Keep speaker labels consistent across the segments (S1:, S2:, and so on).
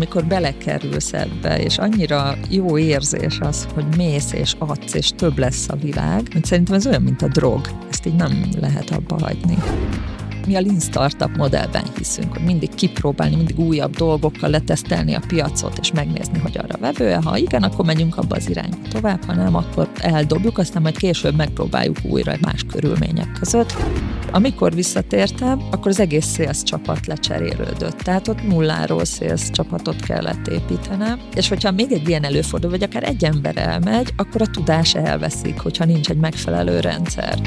S1: amikor belekerülsz ebbe, és annyira jó érzés az, hogy mész és adsz, és több lesz a világ, hogy szerintem ez olyan, mint a drog. Ezt így nem lehet abba hagyni. Mi a Lean Startup modellben hiszünk, hogy mindig kipróbálni, mindig újabb dolgokkal letesztelni a piacot, és megnézni, hogy arra vevő-e. Ha igen, akkor megyünk abba az irányba tovább, ha nem, akkor eldobjuk, aztán majd később megpróbáljuk újra más körülmények között. Amikor visszatértem, akkor az egész sales csapat lecserélődött. Tehát ott nulláról sales csapatot kellett építenem, és hogyha még egy ilyen előfordul, vagy akár egy ember elmegy, akkor a tudás elveszik, hogyha nincs egy megfelelő rendszer.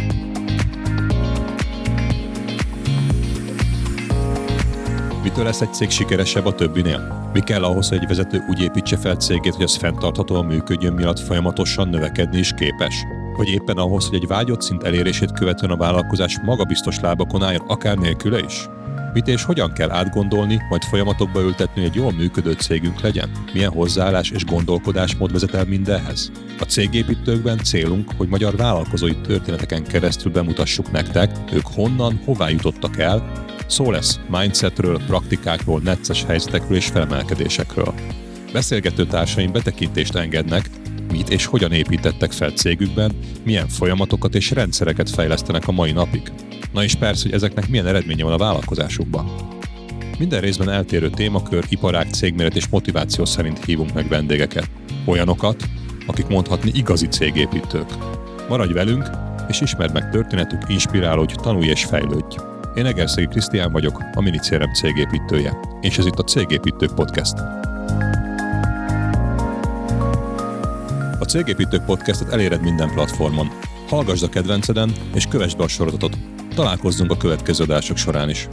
S2: Mitől lesz egy cég sikeresebb a többinél? Mi kell ahhoz, hogy egy vezető úgy építse fel cégét, hogy az fenntarthatóan működjön, miatt folyamatosan növekedni is képes? Vagy éppen ahhoz, hogy egy vágyott szint elérését követően a vállalkozás magabiztos lábakon álljon, akár nélküle is? Mit és hogyan kell átgondolni, majd folyamatokba ültetni, hogy egy jól működő cégünk legyen? Milyen hozzáállás és gondolkodásmód vezet el mindenhez? A cégépítőkben célunk, hogy magyar vállalkozói történeteken keresztül bemutassuk nektek, ők honnan, hová jutottak el. Szó lesz mindsetről, praktikákról, necces helyzetekről és felemelkedésekről. Beszélgető társaim betekintést engednek, mit és hogyan építettek fel cégükben, milyen folyamatokat és rendszereket fejlesztenek a mai napig. Na és persze, hogy ezeknek milyen eredménye van a vállalkozásukban. Minden részben eltérő témakör, iparág, cégméret és motiváció szerint hívunk meg vendégeket. Olyanokat, akik mondhatni igazi cégépítők. Maradj velünk, és ismerd meg történetük, inspirálódj, tanulj és fejlődj. Én Egerszegi Krisztián vagyok, a MiniCRM cégépítője, és ez itt a Cégépítők Podcast. A Cégépítők Podcastet eléred minden platformon. Hallgasd a kedvenceden, és kövesd be a sorozatot. Találkozzunk a következő adások során is.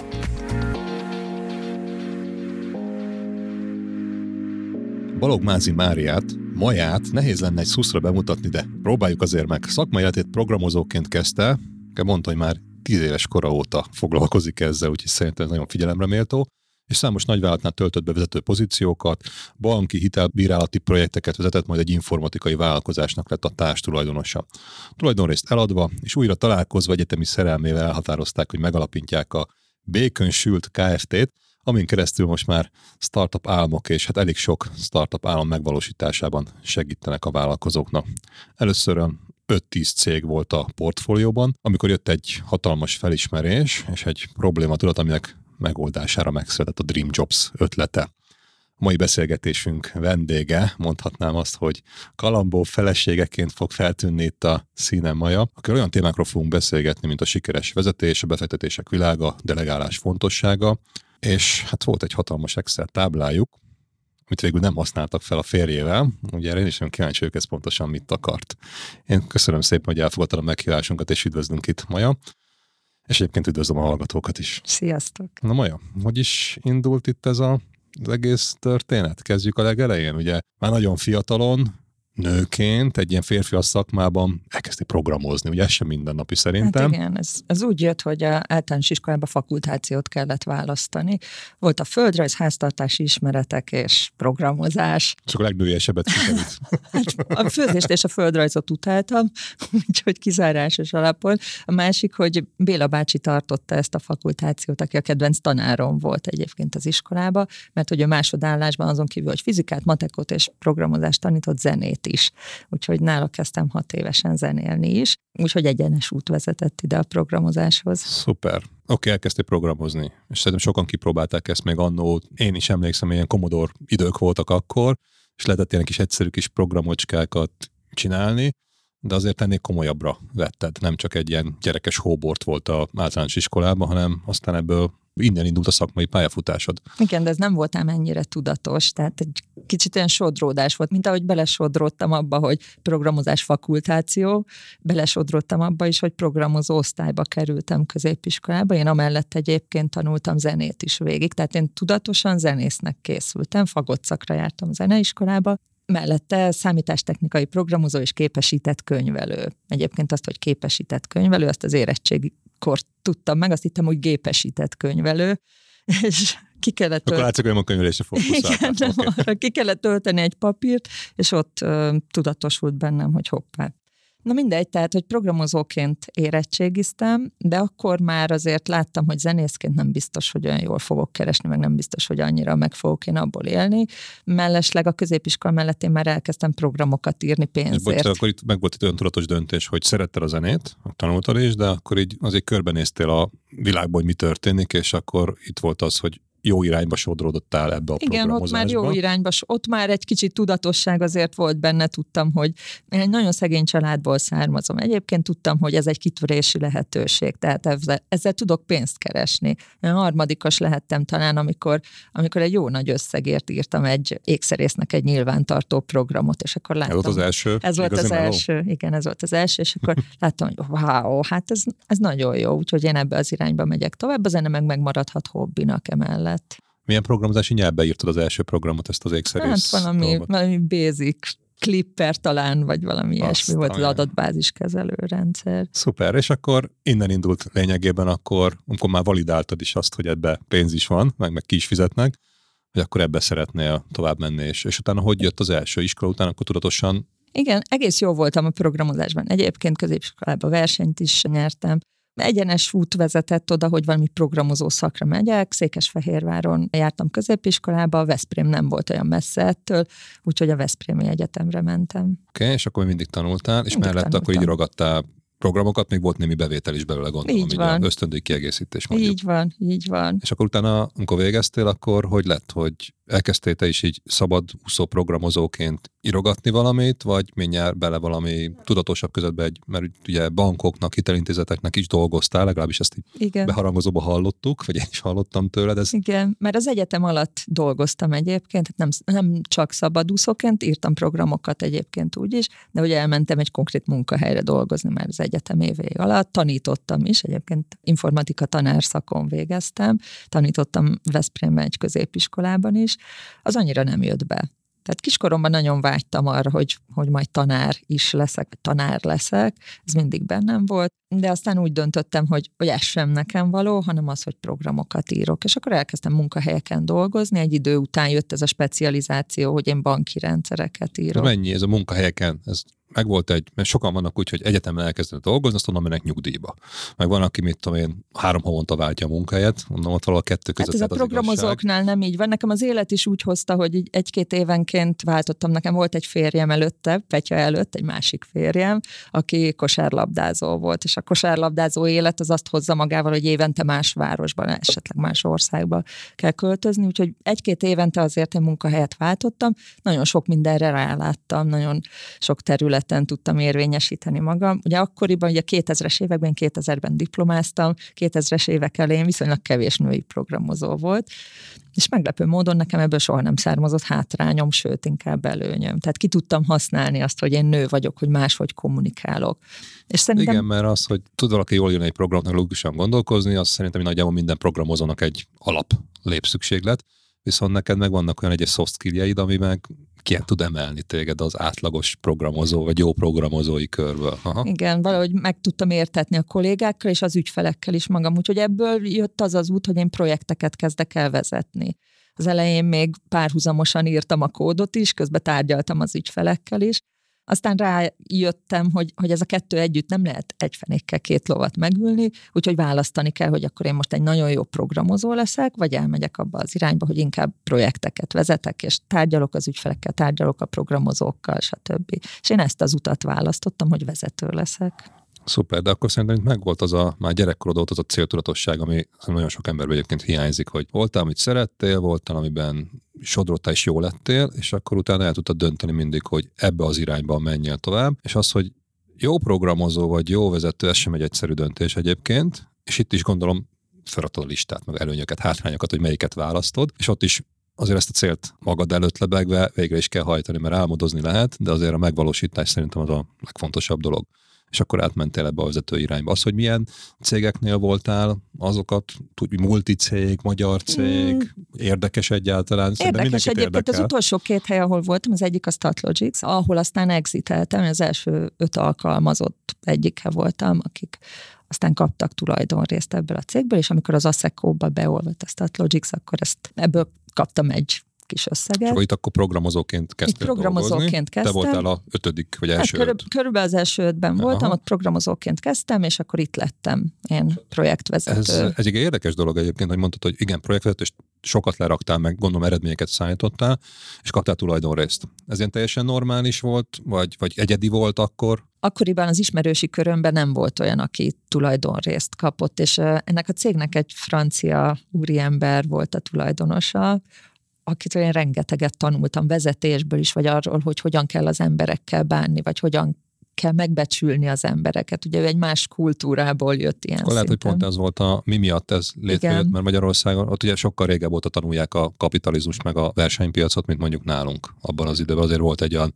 S2: Balogh Mázi Máriát, Maját nehéz lenne egy szuszra bemutatni, de próbáljuk azért meg. Szakmai életét programozóként kezdte, mondta, hogy már 10 éves kora óta foglalkozik ezzel, úgyhogy szerintem ez nagyon figyelemre méltó, és számos nagyvállalatnál töltött be vezető pozíciókat, banki hitelbírálati projekteket vezetett, majd egy informatikai vállalkozásnak lett a társtulajdonosa. Tulajdonrészt eladva, és újra találkozva egyetemi szerelmével elhatározták, hogy megalapítják a Bacon Sült Kft-t, amin keresztül most már startup álmok, és hát elég sok startup álom megvalósításában segítenek a vállalkozóknak. Először 5-10 cég volt a portfólióban, amikor jött egy hatalmas felismerés, és egy probléma tudat, aminek megoldására megszületett a Dream Jobs ötlete. A mai beszélgetésünk vendége, mondhatnám azt, hogy Kalambó feleségeként fog feltűnni itt a színen Maja, akkor olyan témákról fogunk beszélgetni, mint a sikeres vezetés, a befektetések világa, delegálás fontossága, és hát volt egy hatalmas Excel táblájuk, amit végül nem használtak fel a férjével. Ugye erre én is nagyon kíváncsi vagyok, ez pontosan mit akart. Én köszönöm szépen, hogy elfogadtad a meghívásunkat, és üdvözlünk itt, Maja. És egyébként üdvözlöm a hallgatókat is.
S1: Sziasztok!
S2: Na Maja, hogy is indult itt ez az egész történet? Kezdjük a legelején. Ugye már nagyon fiatalon, nőként, egy ilyen férfias szakmában elkezdti programozni, ugye ez sem mindennapi szerintem.
S1: Hát igen, ez úgy jött, hogy az általános iskolában fakultációt kellett választani. Volt a földrajz, háztartási ismeretek és programozás.
S2: Csak a legnőiesebbet sikerült.
S1: A főzést és a földrajzot utáltam, úgyhogy kizárásos alapon. A másik, hogy Béla bácsi tartotta ezt a fakultációt, aki a kedvenc tanárom volt egyébként az iskolába, mert hogy a másodállásban azon kívül, hogy fizikát, matekot és programozást tanított, zenét is. Úgyhogy nála kezdtem 6 évesen zenélni is. Úgyhogy egyenes út vezetett ide a programozáshoz.
S2: Szuper. Oké, elkezdtél programozni. És szerintem sokan kipróbálták ezt még annó. Én is emlékszem, ilyen Commodore idők voltak akkor, és lehetett ilyen kis egyszerű kis programocskákat csinálni, de azért ennél komolyabbra vetted. Nem csak egy ilyen gyerekes hóbort volt az általános iskolában, hanem aztán ebből innen indult a szakmai pályafutásod.
S1: Igen, de ez nem volt ám ennyire tudatos, tehát egy kicsit olyan sodródás volt, mint ahogy belesodródtam abba, hogy programozás fakultáció, belesodródtam abba is, hogy programozó osztályba kerültem középiskolába, én amellett egyébként tanultam zenét is végig, tehát én tudatosan zenésznek készültem, fagotszakra jártam zeneiskolába, mellette számítástechnikai programozó és képesített könyvelő. Egyébként azt, hogy képesített könyvelő, azt az érettségikor tudtam meg, azt hittem, hogy gépesített könyvelő, és ki kellett
S2: Akkor látszik, hogy a könyvelésre fókuszáltál.
S1: Igen, arra ki kellett tölteni egy papírt, és ott tudatosult bennem, hogy hoppá. Na mindegy, tehát, hogy programozóként érettségiztem, de akkor már azért láttam, hogy zenészként nem biztos, hogy olyan jól fogok keresni, meg nem biztos, hogy annyira meg fogok én abból élni. Mellesleg a középiskola mellett én már elkezdtem programokat írni pénzért.
S2: Akkor itt meg volt egy olyan tudatos döntés, hogy szeretted a zenét, tanultad is, de akkor így azért körbenéztél a világban, hogy mi történik, és akkor itt volt az, hogy jó irányba sodródottál ebbe a programozásba.
S1: Igen, ott már jó irányba, ott már egy kicsit tudatosság azért volt benne, tudtam, hogy én egy nagyon szegény családból származom. Egyébként tudtam, hogy ez egy kitörési lehetőség, tehát ezzel tudok pénzt keresni. Én harmadikos lehettem talán, amikor egy jó nagy összegért írtam egy ékszerésznek egy nyilvántartó programot, és akkor láttam.
S2: Ez volt az első?
S1: Ez volt az első, igen, ez volt az első, és akkor láttam, hogy wow, hát ez nagyon jó, úgyhogy én ebbe az irányba megyek tovább, a zene meg megmaradhat hobbinak emellett.
S2: Milyen programozási nyelvbe írtad az első programot, ezt az ékszerész
S1: valami basic, Clipper talán, vagy valami ilyesmi volt az adatbázis kezelőrendszer.
S2: Szuper, és akkor innen indult lényegében akkor már validáltad is azt, hogy ebbe pénz is van, meg ki is fizetnek, hogy akkor ebbe szeretnél tovább menni, és utána hogy jött az első iskola után, akkor tudatosan? Igen,
S1: egész jó voltam a programozásban. Egyébként középiskolában versenyt is nyertem. Egyenes út vezetett oda, hogy valami programozó szakra megyek. Székesfehérváron jártam középiskolába, a Veszprém nem volt olyan messze ettől, úgyhogy a Veszprémi Egyetemre mentem.
S2: Oké, és akkor mindig tanultál, és mellett akkor így írogattál programokat, még volt némi bevétel is belőle, gondolom, így van. Ösztöndíj kiegészítés mondjuk.
S1: Így van.
S2: És akkor utána, amikor végeztél, akkor hogy lett, hogy elkezdtél te is így szabad úszó programozóként írogatni valamit, vagy mindjárt bele valami tudatosabb közöttbe, mert ugye bankoknak, hitelintézeteknek is dolgoztál, legalábbis ezt így beharangozóba hallottuk, vagy én is hallottam tőled.
S1: Igen, mert az egyetem alatt dolgoztam egyébként, nem csak szabadúszóként, írtam programokat egyébként úgyis, de ugye elmentem egy konkrét munkahelyre dolgozni már az egyetem évei alatt, tanítottam is, egyébként informatika tanárszakon végeztem, tanítottam Veszprémben egy középiskolában is, az annyira nem jött be. Tehát kiskoromban nagyon vágytam arra, hogy majd tanár leszek, ez mindig bennem volt, de aztán úgy döntöttem, hogy ez sem nekem való, hanem az, hogy programokat írok. És akkor elkezdtem munkahelyeken dolgozni, egy idő után jött ez a specializáció, hogy én banki rendszereket írok.
S2: Mennyi ez a munkahelyeken? Ez megvolt mert sokan vannak úgy, hogy egyetemen elkezdenek dolgozni, azt onnan mennek nyugdíjba. Meg van, aki, 3 havonta váltja a munkahelyet, onnan ott valahol 2 között.
S1: Hát ez a programozóknál nem így van. Nekem az élet is úgy hozta, hogy 1-2 évenként váltottam. Nekem volt egy férjem előtte, Petya előtt, egy másik férjem, aki kosárlabdázó volt, és a kosárlabdázó élet az azt hozza magával, hogy évente más városban, esetleg más országba kell költözni, úgyhogy 1-2 évente azért én munkahelyet váltottam, nagyon sok mindenre ráláttam, nagyon sok területen tudtam érvényesíteni magam. Ugye akkoriban, ugye 2000-es években, 2000-ben diplomáztam, 2000-es évek elején viszonylag kevés női programozó volt, és meglepő módon nekem ebből soha nem származott hátrányom, sőt, inkább előnyöm. Tehát ki tudtam használni azt, hogy én nő vagyok, hogy máshogy kommunikálok. És szerintem...
S2: Igen, mert az, hogy tud valaki jól írni egy programnak logikusan gondolkozni, az szerintem nagyjából minden programozónak egy alap lépszükséglet, viszont neked meg vannak olyan egyes soft skilljeid, ami meg ki tud emelni téged az átlagos programozó, vagy jó programozói körből. Aha.
S1: Igen, valahogy meg tudtam értetni a kollégákkal és az ügyfelekkel is magam, úgyhogy ebből jött az út, hogy én projekteket kezdek el vezetni. Az elején még párhuzamosan írtam a kódot is, közben tárgyaltam az ügyfelekkel is. Aztán rájöttem, hogy ez a kettő együtt nem lehet egy fenékkel 2 lovat megülni, úgyhogy választani kell, hogy akkor én most egy nagyon jó programozó leszek, vagy elmegyek abba az irányba, hogy inkább projekteket vezetek, és tárgyalok az ügyfelekkel, tárgyalok a programozókkal, stb. És én ezt az utat választottam, hogy vezető leszek.
S2: Szuper, de akkor szerintem megvolt az már gyerekkorod ott az a céltudatosság, ami nagyon sok emberben egyébként hiányzik, hogy voltál, amit szerettél, voltál, amiben sodrottál és jó lettél, és akkor utána el tudtad dönteni mindig, hogy ebbe az irányba menjél tovább, és az, hogy jó programozó vagy jó vezető, ez sem egy egyszerű döntés egyébként, és itt is gondolom feladtad a listát, meg előnyöket, hátrányokat, hogy melyiket választod, és ott is azért ezt a célt magad előtt lebegve végre is kell hajtani, mert álmodozni lehet, de azért a megvalósítás szerintem az a legfontosabb dolog. És akkor átmentél ebbe a vezető irányba. Az, hogy milyen cégeknél voltál, azokat, multicég, magyar cég, érdekes egyáltalán?
S1: Érdekes egyébként az utolsó 2 hely, ahol voltam, az egyik a StatLogics, ahol aztán exiteltem, az első 5 alkalmazott egyike voltam, akik aztán kaptak tulajdonrészt ebből a cégből, és amikor az ASECO-ba beolvadt a StatLogics, akkor ebből kaptam egy kis összeget.
S2: És itt akkor programozóként kezdtél dolgozni. Te voltál a 5. vagy első 5.
S1: Körülbelül az első 5-ben voltam, ott programozóként kezdtem, és akkor itt lettem én projektvezető.
S2: Ez egy érdekes dolog egyébként, hogy mondtad, hogy igen, projektvezető, és sokat leraktál meg, gondolom eredményeket szállítottál, és kaptál tulajdonrészt. Ez ilyen teljesen normális volt, vagy egyedi volt akkor?
S1: Akkoriban az ismerősi körömben nem volt olyan, aki tulajdonrészt kapott, és ennek a cégnek egy francia úriember volt a tulajdonosa, akitől én rengeteget tanultam vezetésből is, vagy arról, hogy hogyan kell az emberekkel bánni, vagy hogyan kell megbecsülni az embereket. Ugye ő egy más kultúrából jött ilyen
S2: szinten. Lehet, hogy pont ez volt mi miatt ez létrejött, mert Magyarországon ott ugye sokkal régebb óta tanulják a kapitalizmus meg a versenypiacot, mint mondjuk nálunk. Abban az időben azért volt egy olyan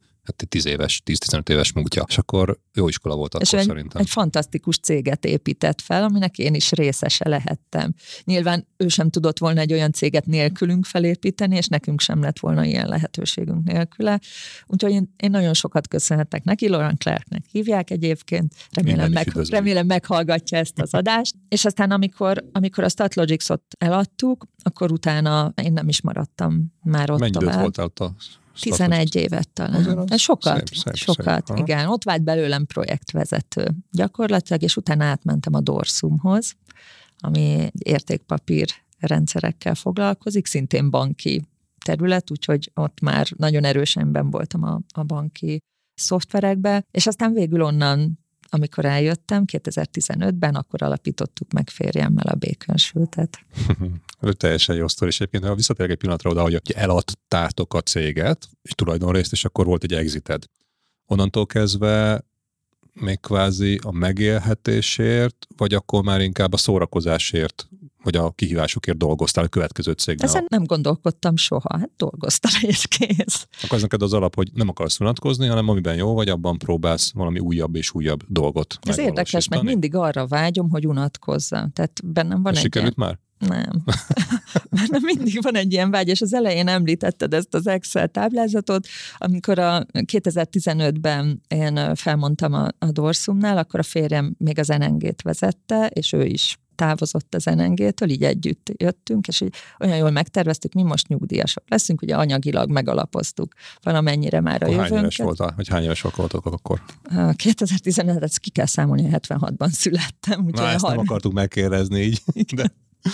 S2: 10-15 éves múltja. És akkor jó iskola volt akkor szerintem.
S1: Egy fantasztikus céget épített fel, aminek én is részese lehettem. Nyilván ő sem tudott volna egy olyan céget nélkülünk felépíteni, és nekünk sem lett volna ilyen lehetőségünk nélküle. Úgyhogy én nagyon sokat köszönhetek neki, Laurent Clercnek hívják egyébként. Remélem meghallgatja ezt az adást. És aztán amikor a StatLogics-ot eladtuk, akkor utána én nem is maradtam már ott tovább.
S2: Mennyi időt voltál ott
S1: 11 évet talán. Sokat,
S2: szép.
S1: Igen. Ott vált belőlem projektvezető gyakorlatilag, és utána átmentem a Dorsumhoz, ami értékpapír rendszerekkel foglalkozik, szintén banki terület, úgyhogy ott már nagyon erősen benn voltam a banki szoftverekbe, és aztán végül onnan, amikor eljöttem 2015-ben, akkor alapítottuk meg férjemmel a Bacon-sültet.
S2: Teljesen jó sztori, és egyébként, ha visszatérek egy pillanatra oda, hogy eladtátok a céget, és tulajdonrészt, és akkor volt egy exited. Onnantól kezdve még kvázi a megélhetésért, vagy akkor már inkább a szórakozásért, vagy a kihívásokért dolgoztál a következő cégnél?
S1: Ezen nem gondolkodtam soha, hát dolgoztam és kész.
S2: Akkor ez neked az alap, hogy nem akarsz unatkozni, hanem amiben jó vagy, abban próbálsz valami újabb és újabb dolgot
S1: Ez érdekes, mert mindig arra vágyom, hogy unatkozzam. Tehát bennem van
S2: sikerült már?
S1: Nem. Bennem mindig van egy ilyen vágy, és az elején említetted ezt az Excel táblázatot, amikor a 2015-ben én felmondtam a Dorsumnál, akkor a férjem még az NNG-t vezette, és ő is távozott az NNG-től, így együtt jöttünk, és így olyan jól megterveztük, mi most nyugdíjasok leszünk, ugye anyagilag megalapoztuk valamennyire már a jövőnket.
S2: Hány éves voltál, vagy hány évesek voltok akkor?
S1: 2015-et ezt ki kell számolni, 76-ban születtem.
S2: Na, ezt nem akartuk megkérdezni így. De...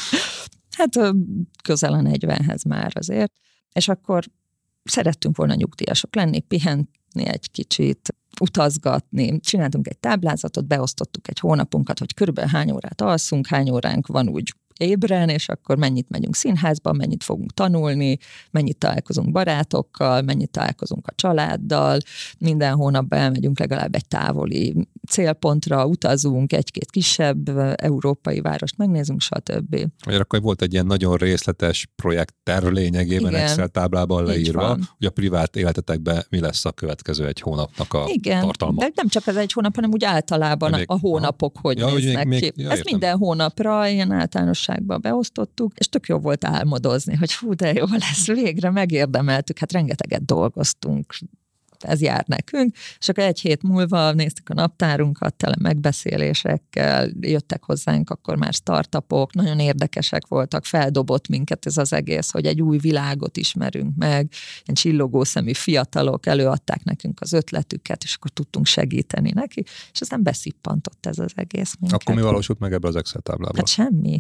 S1: Hát közel a 40-hez már azért. És akkor szerettünk volna nyugdíjasok lenni, pihenni egy kicsit, utazgatni. Csináltunk egy táblázatot, beosztottuk egy hónapunkat, hogy körülbelül hány órát alszunk, hány óránk van úgy ébren, és akkor mennyit megyünk színházba, mennyit fogunk tanulni, mennyit találkozunk barátokkal, mennyit találkozunk a családdal, minden hónapban elmegyünk legalább egy távoli célpontra, utazunk, egy-két kisebb európai várost megnézünk, stb.
S2: Vagy akkor volt egy ilyen nagyon részletes projektterv lényegében Excel táblában leírva, hogy a privát életetekben mi lesz a következő egy hónapnak a tartalma.
S1: De nem csak ez egy hónap, hanem úgy általában a hónapok hogy néznek ki. Ezt minden hónapra ilyen általánosságban beosztottuk, és tök jó volt álmodozni, hogy fú, de jó lesz, végre megérdemeltük, hát rengeteget dolgoztunk, ez jár nekünk, és akkor egy hét múlva néztük a naptárunkat, tele megbeszélésekkel, jöttek hozzánk akkor már startupok, nagyon érdekesek voltak, feldobott minket ez az egész, hogy egy új világot ismerünk meg, ilyen csillogó szemű fiatalok előadták nekünk az ötletüket, és akkor tudtunk segíteni neki, és aztán beszippantott ez az egész minket.
S2: Akkor mi valósult meg ebbe az Excel táblában?
S1: Hát semmi.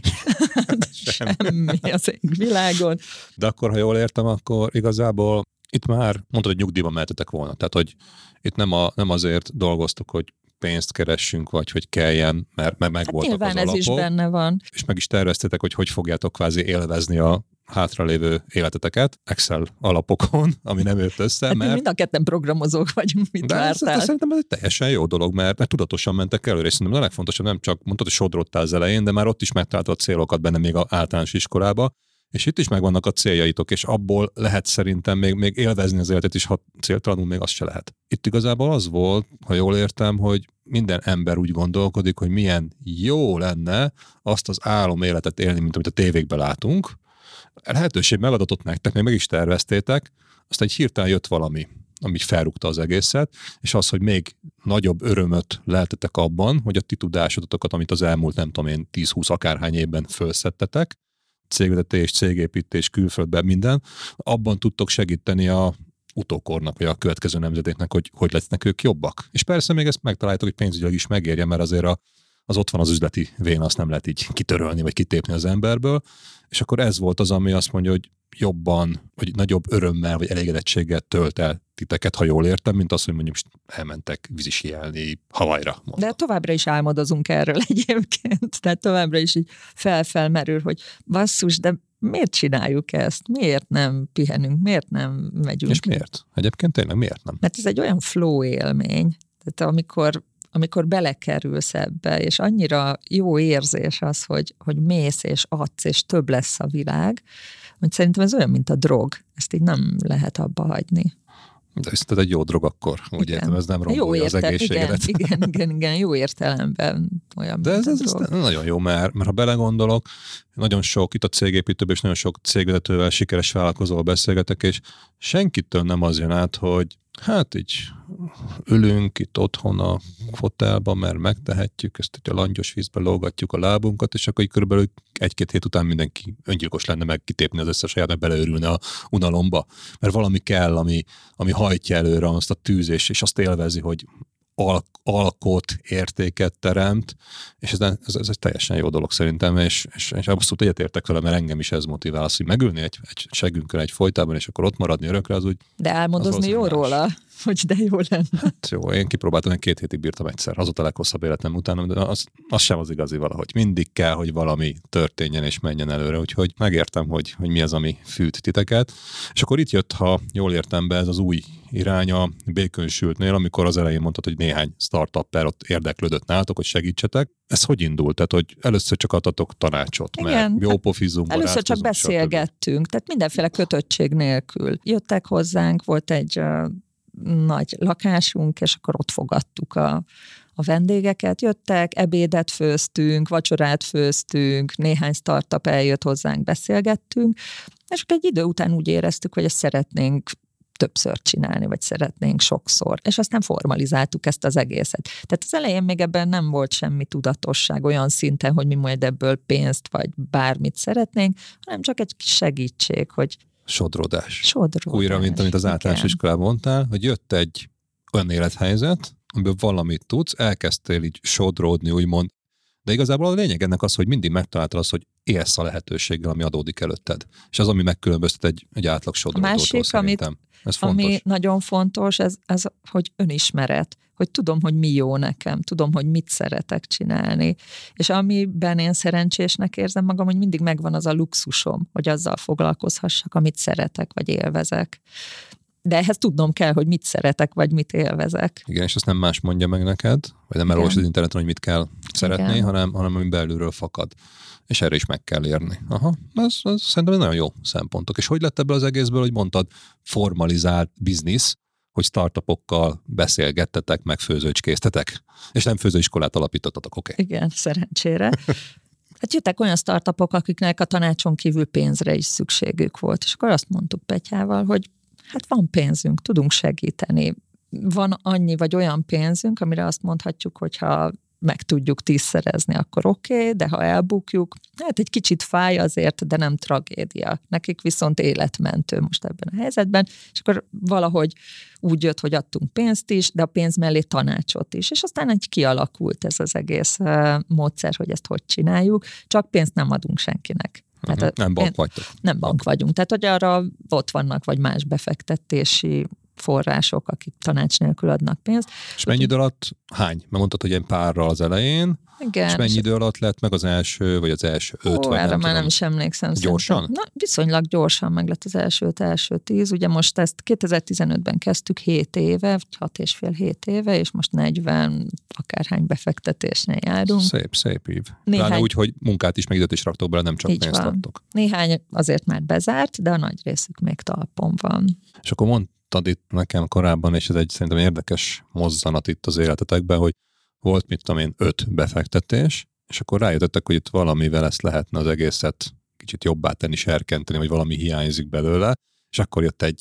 S1: Semmi az világon.
S2: De akkor, ha jól értem, akkor igazából itt már mondtad, hogy nyugdíjban mehetetek volna. Tehát, hogy itt nem azért dolgoztok, hogy pénzt keressünk, vagy hogy kelljen, mert megvoltak az alapok.
S1: Ez is benne van.
S2: És meg is terveztétek, hogy fogjátok kvázi élvezni a hátralévő életeteket Excel alapokon, ami nem jött össze.
S1: Hát mert... mind a ketten programozók vagyunk, mit vártál.
S2: De szerintem ez egy teljesen jó dolog, mert tudatosan mentek előre, és szerintem a legfontosabb nem csak mondtad, hogy sodrottál az elején, de már ott is megtaláltad a célokat benne még az általános iskolába, és itt is megvannak a céljaitok, és abból lehet szerintem még élvezni az életet is, ha céltalanul még az se lehet. Itt igazából az volt, ha jól értem, hogy minden ember úgy gondolkodik, hogy milyen jó lenne azt az álom életet élni, mint amit a tévékben látunk. A lehetőség megadatott nektek, meg is terveztétek, aztán egy hirtelen jött valami, ami felrúgta az egészet, és az, hogy még nagyobb örömöt lehetetek abban, hogy a ti tudásotokat, amit az elmúlt, nem tudom én, 10-20 akárhány évben fölszedtetek, cégvezetés, cégépítés, külföldben minden, abban tudtok segíteni a utókornak, vagy a következő nemzedéknek, hogy lesznek ők jobbak. És persze még ezt megtaláljátok, hogy pénzügyileg is megérje, mert azért az ott van az üzleti vén, azt nem lehet így kitörölni, vagy kitépni az emberből. És akkor ez volt az, ami azt mondja, hogy jobban, vagy nagyobb örömmel, vagy elégedettséggel tölt el titeket, ha jól értem, mint az, hogy mondjuk elmentek vízisíelni Hawaiira.
S1: De továbbra is álmodozunk erről egyébként. Tehát továbbra is így felmerül, hogy basszus, de miért csináljuk ezt? Miért nem pihenünk? Miért nem megyünk?
S2: És miért? Egyébként tényleg miért nem?
S1: Mert ez egy olyan flow élmény. Tehát amikor belekerülsz ebbe, és annyira jó érzés az, hogy mész és adsz, és több lesz a világ, hogy szerintem ez olyan, mint a drog. Ezt így nem lehet abba hagyni.
S2: De ez egy jó drog akkor, úgy értem, ez nem rombolja az egészségedet.
S1: Igen, jó értelemben olyan,
S2: de ez nagyon jó, mert ha belegondolok, nagyon sok, itt a cégépítőben és nagyon sok cégvezetővel, sikeres vállalkozóval beszélgetek, és senkitől nem az jön át, hogy hát így ülünk itt otthon a fotelban, mert megtehetjük, ezt így a langyos vízbe lógatjuk a lábunkat, és akkor így körülbelül 1-2 hét után mindenki öngyilkos lenne meg kitépni az összes helyet, meg beleőrülne a unalomba. Mert valami kell, ami hajtja előre azt a tűzés, és azt élvezi, hogy alkot, értéket teremt, és ez egy teljesen jó dolog szerintem, és abszolút egyetértek vele, mert engem is ez motivál, az, hogy megülni egy seggünkön egy folytában, és akkor ott maradni örökre, az úgy...
S1: De álmodozni jó róla, hogy de jó lenne.
S2: Hát jó, én kipróbáltam, hogy 2 hétig bírtam egyszer, az ott a leghosszabb életem után, de az sem az igazi valahogy. Mindig kell, hogy valami történjen és menjen előre, úgyhogy megértem, hogy mi az, ami fűt titeket. És akkor itt jött, ha jól értem be, ez az új irány a Békön-sültnél, amikor az elején mondtad, hogy néhány startupper ott érdeklődött nálatok, hogy segítsetek. Ez hogy indult? Tehát, hogy először csak adtatok tanácsot, igen, mert jó pofizunk,
S1: először csak beszélgettünk, tehát mindenféle kötöttség nélkül. Jöttek hozzánk, volt egy nagy lakásunk, és akkor ott fogadtuk a vendégeket. Jöttek, ebédet főztünk, vacsorát főztünk, néhány startup eljött hozzánk, beszélgettünk, és akkor egy idő után úgy éreztük, hogy ezt szeretnénk többször csinálni, vagy szeretnénk sokszor. És aztán formalizáltuk ezt az egészet. Tehát az elején még ebben nem volt semmi tudatosság olyan szinten, hogy mi majd ebből pénzt, vagy bármit szeretnénk, hanem csak egy kis segítség, hogy Sodródás.
S2: Újra, mint amit az általános iskolában mondtál, hogy jött egy olyan élethelyzet, amiből valamit tudsz, elkezdtél így sodródni, úgymond. De igazából a lényeg ennek az, hogy mindig megtaláltad azt, hogy élsz a lehetőséggel, ami adódik előtted. És az, ami megkülönböztet egy átlag sodródótól szerintem. Ez fontos.
S1: Ami nagyon fontos, ez, hogy önismeret. Hogy tudom, hogy mi jó nekem, tudom, hogy mit szeretek csinálni. És amiben én szerencsésnek érzem magam, hogy mindig megvan az a luxusom, hogy azzal foglalkozhassak, amit szeretek, vagy élvezek. De ehhez tudnom kell, hogy mit szeretek, vagy mit élvezek.
S2: Igen, és azt nem más mondja meg neked, vagy nem elolvasod az interneten, hogy mit kell szeretni, hanem ami belülről fakad. És erre is meg kell érni. Aha, ez szerintem nagyon jó szempontok. És hogy lett ebből az egészből, hogy mondtad, formalizált biznisz, hogy startupokkal beszélgettetek, meg főzőcskéztetek, és nem főzőiskolát alapítottatok, oké?
S1: Igen, szerencsére. Hát jöttek olyan startupok, akiknek a tanácson kívül pénzre is szükségük volt, és akkor azt mondtuk Petyával, hogy hát van pénzünk, tudunk segíteni. Van annyi vagy olyan pénzünk, amire azt mondhatjuk, hogyha meg tudjuk 10-szerezni, akkor oké, de ha elbukjuk, hát egy kicsit fáj azért, de nem tragédia. Nekik viszont életmentő most ebben a helyzetben, és akkor valahogy úgy jött, hogy adtunk pénzt is, de a pénz mellé tanácsot is, és aztán egy kialakult ez az egész módszer, hogy ezt hogy csináljuk, csak pénzt nem adunk senkinek.
S2: Tehát nem bank vagytok.
S1: Nem bank vagyunk, tehát hogy arra ott vannak, vagy más befektetési források, akik tanács nélkül adnak pénzt.
S2: És mennyi idő alatt hány? Mert mondtad, hogy ilyen párral az elején, igen, és mennyi idő alatt lett meg az első, vagy az első 5?
S1: Erre már nem is emlékszem.
S2: Gyorsan?
S1: Viszonylag gyorsan meg lett az első 10. Ugye most ezt 2015-ben kezdtük 7 éve, 6,5-7 éve, és most 40 akárhány befektetésnél járunk.
S2: Szép ív. Pláne úgy, hogy munkát is, meg időt is raktok bele, nem csak pénzt adtok.
S1: Néhány azért már bezárt, de a nagy részük még talpon van.
S2: És akkor mondtad itt nekem korábban, és ez egy szerintem érdekes mozzanat itt az életetekben, hogy volt, mit tudom én, 5 befektetés, és akkor rájöttetek, hogy itt valamivel ezt lehetne az egészet kicsit jobbá tenni, serkenteni, vagy valami hiányzik belőle, és akkor jött egy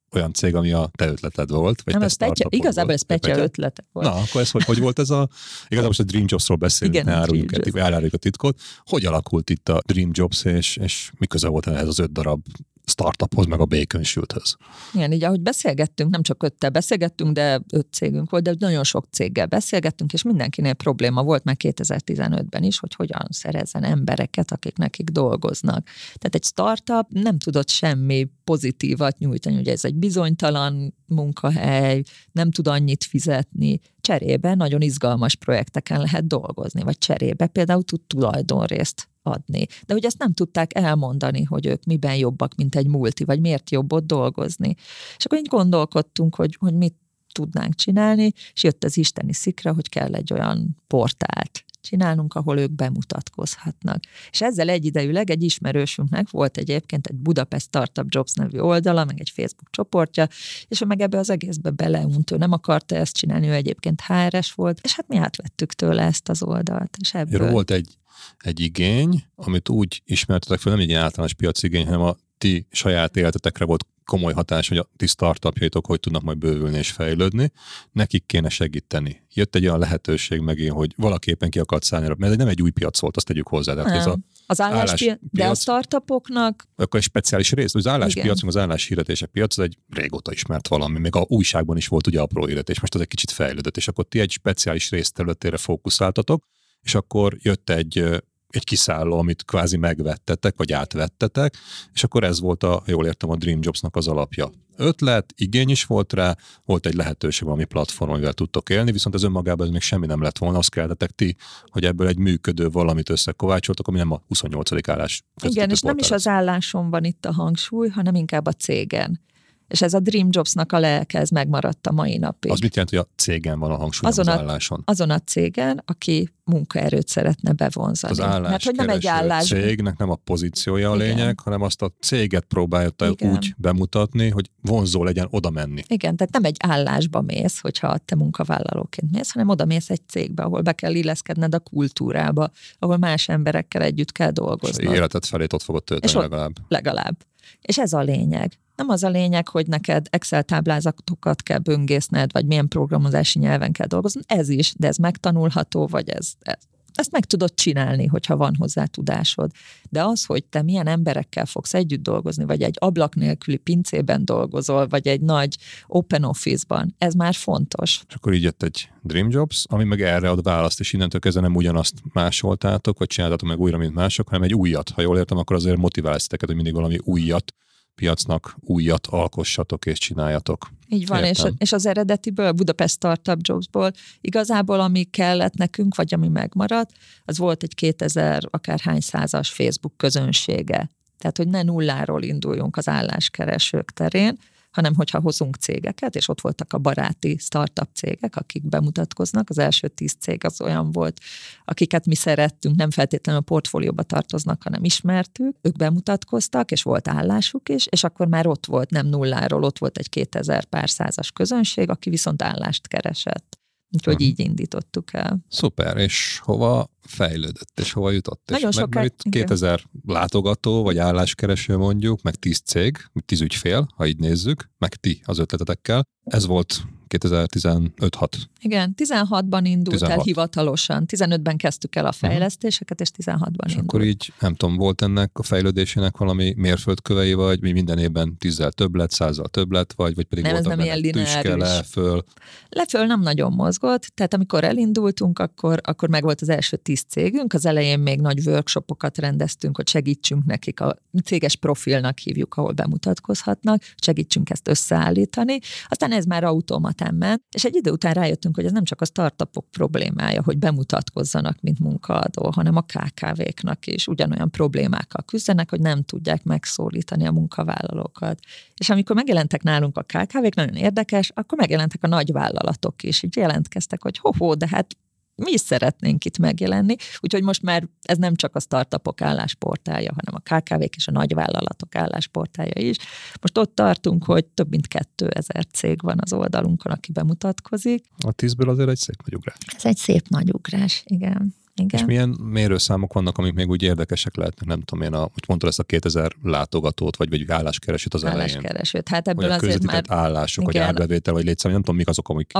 S2: olyan cég, ami a te ötleted volt? Vagy
S1: nem, igazából ez Petya ötlete volt.
S2: Na, akkor ez hogy volt ez igazából most a Dream Jobsról beszélünk, ne áruljuk a titkot. Hogy alakult itt a Dream Jobs, és mi köze volt ehhez az 5 darab startuphoz, meg a Bacon Shoot-höz?
S1: Igen, így ahogy beszélgettünk, nem csak 5-tel beszélgettünk, de 5 cégünk volt, de nagyon sok céggel beszélgettünk, és mindenkinél probléma volt már 2015-ben is, hogy hogyan szerezzen embereket, akik nekik dolgoznak. Tehát egy startup nem tudott semmi pozitívat nyújtani, ugye ez egy bizonytalan munkahely, nem tud annyit fizetni, cserébe nagyon izgalmas projekteken lehet dolgozni, vagy cserébe például tud tulajdonrészt adni. De hogy ezt nem tudták elmondani, hogy ők miben jobbak, mint egy multi, vagy miért jobb ott dolgozni. És akkor így gondolkodtunk, hogy mit tudnánk csinálni, és jött az isteni szikra, hogy kell egy olyan portált csinálnunk, ahol ők bemutatkozhatnak. És ezzel egyidejűleg egy ismerősünknek volt egyébként egy Budapest Startup Jobs nevű oldala, meg egy Facebook csoportja, és ő meg ebbe az egészbe beleunt, ő nem akarta ezt csinálni, ő egyébként HR-es volt, és hát mi átvettük tőle ezt az oldalt. És ebből...
S2: Volt egy igény, amit úgy ismertetek fel, nem egy ilyen általános piacigény, hanem a ti saját életetekre volt komoly hatás, hogy a ti startupjaitok hogy tudnak majd bővülni és fejlődni, nekik kéne segíteni. Jött egy olyan lehetőség megint, hogy valaképpen ki akart szállni, mert nem egy új piac volt, azt tegyük hozzá.
S1: Az álláspiac, de a startupoknak...
S2: Akkor egy speciális rész, az álláspiac, az álláshirdetések piac, az egy régóta ismert valami, még a újságban is volt ugye apró hirdetés, most az egy kicsit fejlődött, és akkor ti egy speciális részterületére fókuszáltatok, és akkor jött egy kiszálló, amit kvázi megvettetek, vagy átvettetek, és akkor ez volt jól értem, a Dream Jobsnak az alapja. Ötlet, igény is volt rá, volt egy lehetőség, valami platform, amivel tudtok élni, viszont az önmagában ez még semmi nem lett volna, azt kelltetek ti, hogy ebből egy működő valamit összekovácsoltok, ami nem a 28. állás.
S1: Igen, és nem is az álláson van itt a hangsúly, hanem inkább a cégen. És ez a Dream Jobsnak a lelke, ez megmaradt a mai napig.
S2: Az mit jelent, hogy a cégen van a hangsúly, az álláson?
S1: Azon a cégen, aki munkaerőt szeretne bevonzani.
S2: Az álláskereső cégnek nem a pozíciója a lényeg, hanem azt a céget próbálja úgy bemutatni, hogy vonzó legyen oda menni.
S1: Igen, tehát nem egy állásba mész, hogyha te munkavállalóként mész, hanem oda mész egy cégbe, ahol be kell illeszkedned a kultúrába, ahol más emberekkel együtt kell dolgozni.
S2: És életed felét ott fogod tölteni
S1: legalább. És ez a lényeg. Nem az a lényeg, hogy neked Excel táblázatokat kell böngészned, vagy milyen programozási nyelven kell dolgozni. Ez is, de ez megtanulható, vagy ezt meg tudod csinálni, hogyha van hozzá tudásod. De az, hogy te milyen emberekkel fogsz együtt dolgozni, vagy egy ablak nélküli pincében dolgozol, vagy egy nagy open office-ban, ez már fontos.
S2: És akkor így jött egy Dream Jobs, ami meg erre ad választ, és innentől kezdve nem ugyanazt másoltátok, vagy csináltatok meg újra, mint mások, hanem egy újat. Ha jól értem, akkor azért motiválsz teket, hogy mindig valami újat, piacnak újat alkossatok és csináljatok.
S1: Így van, és az eredetiből, Budapest Startup Jobsból igazából ami kellett nekünk, vagy ami megmaradt, az volt egy 2000 akárhány százas Facebook közönsége. Tehát, hogy ne nulláról induljunk az álláskeresők terén, hanem hogyha hozunk cégeket, és ott voltak a baráti startup cégek, akik bemutatkoznak, az első 10 cég az olyan volt, akiket mi szerettünk, nem feltétlenül a portfólióba tartoznak, hanem ismertük, ők bemutatkoztak, és volt állásuk is, és akkor már ott volt, nem nulláról, ott volt egy 2000 pár százas közönség, aki viszont állást keresett. Úgyhogy így indítottuk el.
S2: Szuper, és hova fejlődött, és hova jutott?
S1: Nagyon
S2: meg 2000 látogató, vagy álláskereső mondjuk, meg 10 cég, 10 ügyfél, ha így nézzük, meg ti az ötletetekkel. Ez volt 2015-6.
S1: Igen, 16-ban indult el hivatalosan. 15-ben kezdtük el a fejlesztéseket, és 16-ban indult.
S2: Akkor így, nem tudom, volt ennek a fejlődésének valami mérföldkövei, vagy mi minden évben 10-zel több lett, 100-zal több lett, vagy pedig
S1: nem,
S2: voltak benne tüske, leföl?
S1: Leföl nem nagyon mozgott, tehát amikor elindultunk, akkor meg volt az első 10 cégünk, az elején még nagy workshopokat rendeztünk, hogy segítsünk nekik, a céges profilnak hívjuk, ahol bemutatkozhatnak, segítsünk ezt összeállítani, aztán ez már automatán ment, és egy idő után rájöttünk, hogy ez nem csak a startupok problémája, hogy bemutatkozzanak, mint munkaadó, hanem a KKV-knak is ugyanolyan problémákkal küzdenek, hogy nem tudják megszólítani a munkavállalókat. És amikor megjelentek nálunk a KKV-k, nagyon érdekes, akkor megjelentek a nagyvállalatok is, így jelentkeztek, hogy de hát mi is szeretnénk itt megjelenni, úgyhogy most már ez nem csak a startupok állásportálja, hanem a KKV-k és a nagyvállalatok állásportálja is. Most ott tartunk, hogy több mint 2000 cég van az oldalunkon, aki bemutatkozik.
S2: A 10-ből azért egy szép nagy ugrás.
S1: Ez egy szép nagy ugrás, igen. Igen.
S2: És milyen mérőszámok vannak, amik még úgy érdekesek lehetnek? Nem tudom én, hogy mondtad ezt a 2000 látogatót, vagy álláskeresőt az elején.
S1: Álláskeresőt. Hát ebből
S2: vagy a
S1: azért már...
S2: állások, vagy árbevétel, vagy létszám, nem tudom, mik azok, amik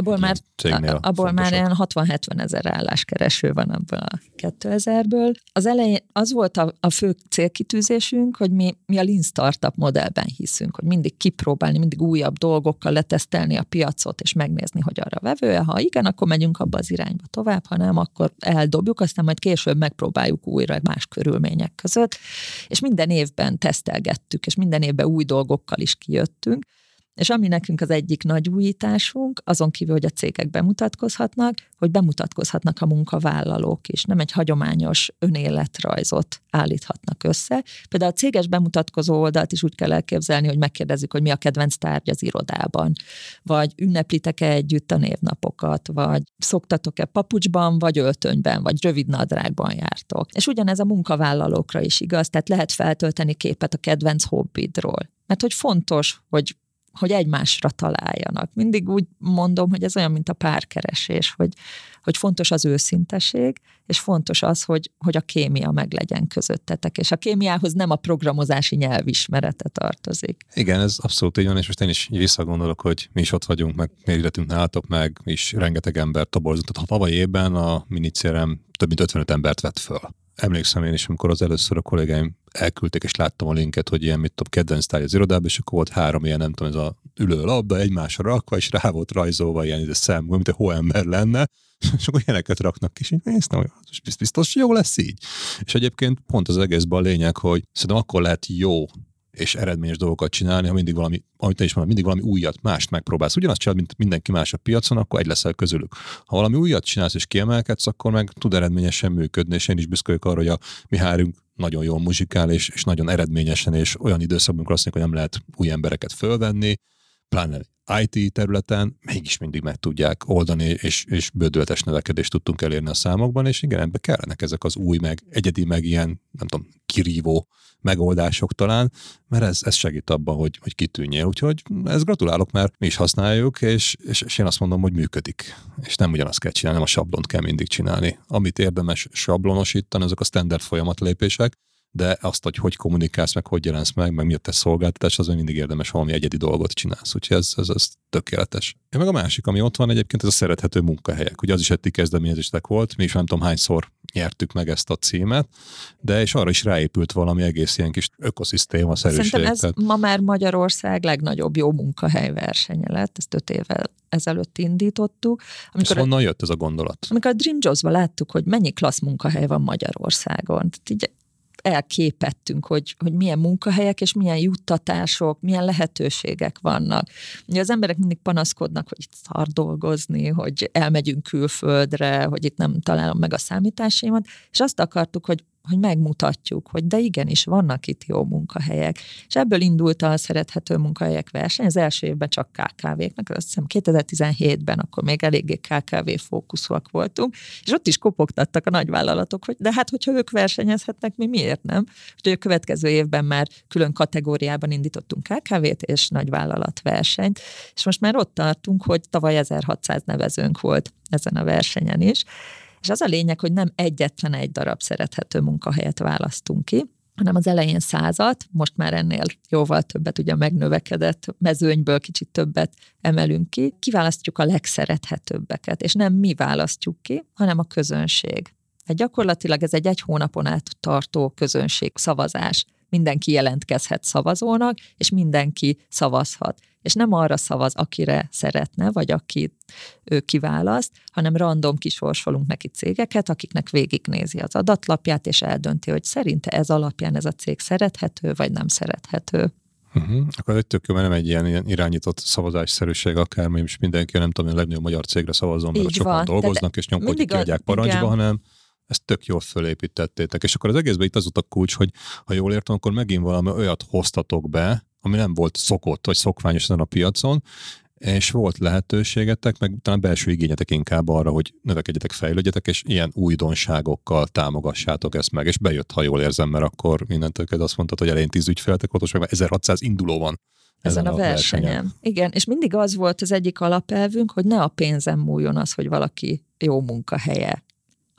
S1: abból már ilyen 60-70 ezer álláskereső van abból a 2000-ből. Az elején az volt a fő célkitűzésünk, hogy mi a Lean Startup modellben hiszünk, hogy mindig kipróbálni, mindig újabb dolgokkal letesztelni a piacot, és megnézni, hogy arra vevő-e. Ha igen, akkor megyünk abba az irányba tovább, ha nem, akkor eldobjuk, aztán majd később megpróbáljuk újra más körülmények között. És minden évben tesztelgettük, és minden évben új dolgokkal is kijöttünk. És ami nekünk az egyik nagy újításunk, azon kívül, hogy a cégek bemutatkozhatnak, hogy bemutatkozhatnak a munkavállalók is. Nem egy hagyományos önéletrajzot állíthatnak össze. Például a céges bemutatkozó oldalt is úgy kell elképzelni, hogy megkérdezzük, hogy mi a kedvenc tárgy az irodában, vagy ünneplitek-e együtt a névnapokat, vagy szoktatok-e papucsban, vagy öltönyben, vagy rövid nadrágban jártok. És ugyanez a munkavállalókra is igaz, tehát lehet feltölteni képet a kedvenc hobbidról. Mert hogy fontos, hogy egymásra találjanak. Mindig úgy mondom, hogy ez olyan, mint a párkeresés, hogy fontos az őszinteség, és fontos az, hogy a kémia meglegyen közöttetek, és a kémiához nem a programozási nyelvismerete tartozik.
S2: Igen, ez abszolút így van, és most én is visszagondolok, hogy mi is ott vagyunk, meg méretünk nálatok, meg is rengeteg embert toborzunk. Tehát tavalyi évben a minicérem több mint 55 embert vett föl. Emlékszem én is, amikor az először a kollégáim elküldték, és láttam a linket, hogy ilyen, mit tudom, kedvenc tárgy az irodában, és akkor volt 3 ilyen, nem tudom, ez a ülő labda egymásra rakva, és rá volt rajzolva ilyen ez a szem, mint egy hóember lenne, és akkor ilyeneket raknak ki, és én néztem, hogy biztos jó lesz így. És egyébként pont az egészben a lényeg, hogy szerintem akkor lehet jó és eredményes dolgokat csinálni, ha mindig valami, amit te is mondod, mindig valami újat, mást megpróbálsz. Ugyanazt csinálod, mint mindenki más a piacon, akkor egy leszel közülük. Ha valami újat csinálsz és kiemelkedsz, akkor meg tud eredményesen működni, és én is büszke vagyok arra, hogy a mi hárunk nagyon jól muzsikál, és nagyon eredményesen, és olyan időszakban, amikor azt mondjuk, hogy nem lehet új embereket fölvenni, pláne IT területen mégis mindig meg tudják oldani, és bődületes növekedést tudtunk elérni a számokban, és igen, ebbe kellenek ezek az új, meg egyedi, meg ilyen, nem tudom, kirívó megoldások talán, mert ez segít abban, hogy kitűnjél. Úgyhogy ezt gratulálok, mert mi is használjuk, és én azt mondom, hogy működik. És nem ugyanazt kell csinálni, nem a sablont kell mindig csinálni. Amit érdemes sablonosítani, azok a standard folyamatlépések, de azt, hogy kommunikálsz, meg hogy jelensz meg mi a te szolgáltatás, az mindig érdemes valami egyedi dolgot csinálsz. Úgyhogy ez tökéletes. Meg a másik, ami ott van egyébként, ez a szerethető munkahelyek. Ugye az is egy ti kezdeményezéstek volt, mi is nem tudom hányszor nyertük meg ezt a címet, de és arra is ráépült valami egész ilyen kis ökoszisztéma-szerűség.
S1: Szerintem ez ma már Magyarország legnagyobb jó munkahely versenye lett, ezt 5 évvel ezelőtt indítottuk.
S2: És honnan jött ez a gondolat?
S1: Amikor a Dream Jobs-ban láttuk, hogy mennyi klassz munkahely van Magyarországon. Tehát így elképettünk, hogy milyen munkahelyek és milyen juttatások, milyen lehetőségek vannak. Ugye az emberek mindig panaszkodnak, hogy itt szar dolgozni, hogy elmegyünk külföldre, hogy itt nem találom meg a számításaimat, és azt akartuk, hogy megmutatjuk, hogy de igenis vannak itt jó munkahelyek. És ebből indult a szerethető munkahelyek verseny, az első évben csak KKV-knak, azt hiszem 2017-ben akkor még eléggé KKV fókuszúak voltunk, és ott is kopogtattak a nagyvállalatok, hogy de hát, hogyha ők versenyezhetnek, mi miért nem? Úgyhogy a következő évben már külön kategóriában indítottunk KKV-t és nagyvállalat versenyt, és most már ott tartunk, hogy tavaly 1600 nevezőnk volt ezen a versenyen is. És az a lényeg, hogy nem egyetlen egy darab szerethető munkahelyet választunk ki, hanem az elején 100-at, most már ennél jóval többet, ugye megnövekedett mezőnyből kicsit többet emelünk ki, kiválasztjuk a legszerethetőbbeket, és nem mi választjuk ki, hanem a közönség. Gyakorlatilag ez egy hónapon át tartó közönség szavazás. Mindenki jelentkezhet szavazónak, és mindenki szavazhat. És nem arra szavaz, akire szeretne, vagy akit ő kiválaszt, hanem random kisorsolunk neki cégeket, akiknek végignézi az adatlapját, és eldönti, hogy szerinte ez alapján ez a cég szerethető, vagy nem szerethető.
S2: Akkor egy tök jó, mert nem egy ilyen irányított szavazásszerűség akármi, és mindenki, nem tudom, a legnagyobb magyar cégre szavazzon, mert sokan dolgoznak, és nyomkodjuk kiadják parancsba, hanem ezt tök jól fölépítettétek. És akkor az egészben itt az volt a kulcs, hogy ha jól értem, akkor megint valami olyat hoztatok be, ami nem volt szokott, vagy szokványos ezen a piacon, és volt lehetőségetek, meg talán belső igényetek inkább arra, hogy növekedjetek, fejlődjetek, és ilyen újdonságokkal támogassátok ezt meg, és bejött, ha jól érzem, mert akkor mindentől azt mondtad, hogy elején 10 ügyfeletek volt, most meg 1600 induló van ezen a versenyen. Igen, és mindig az volt az egyik alapelvünk, hogy ne a pénzen múljon az, hogy valaki jó munkahelye,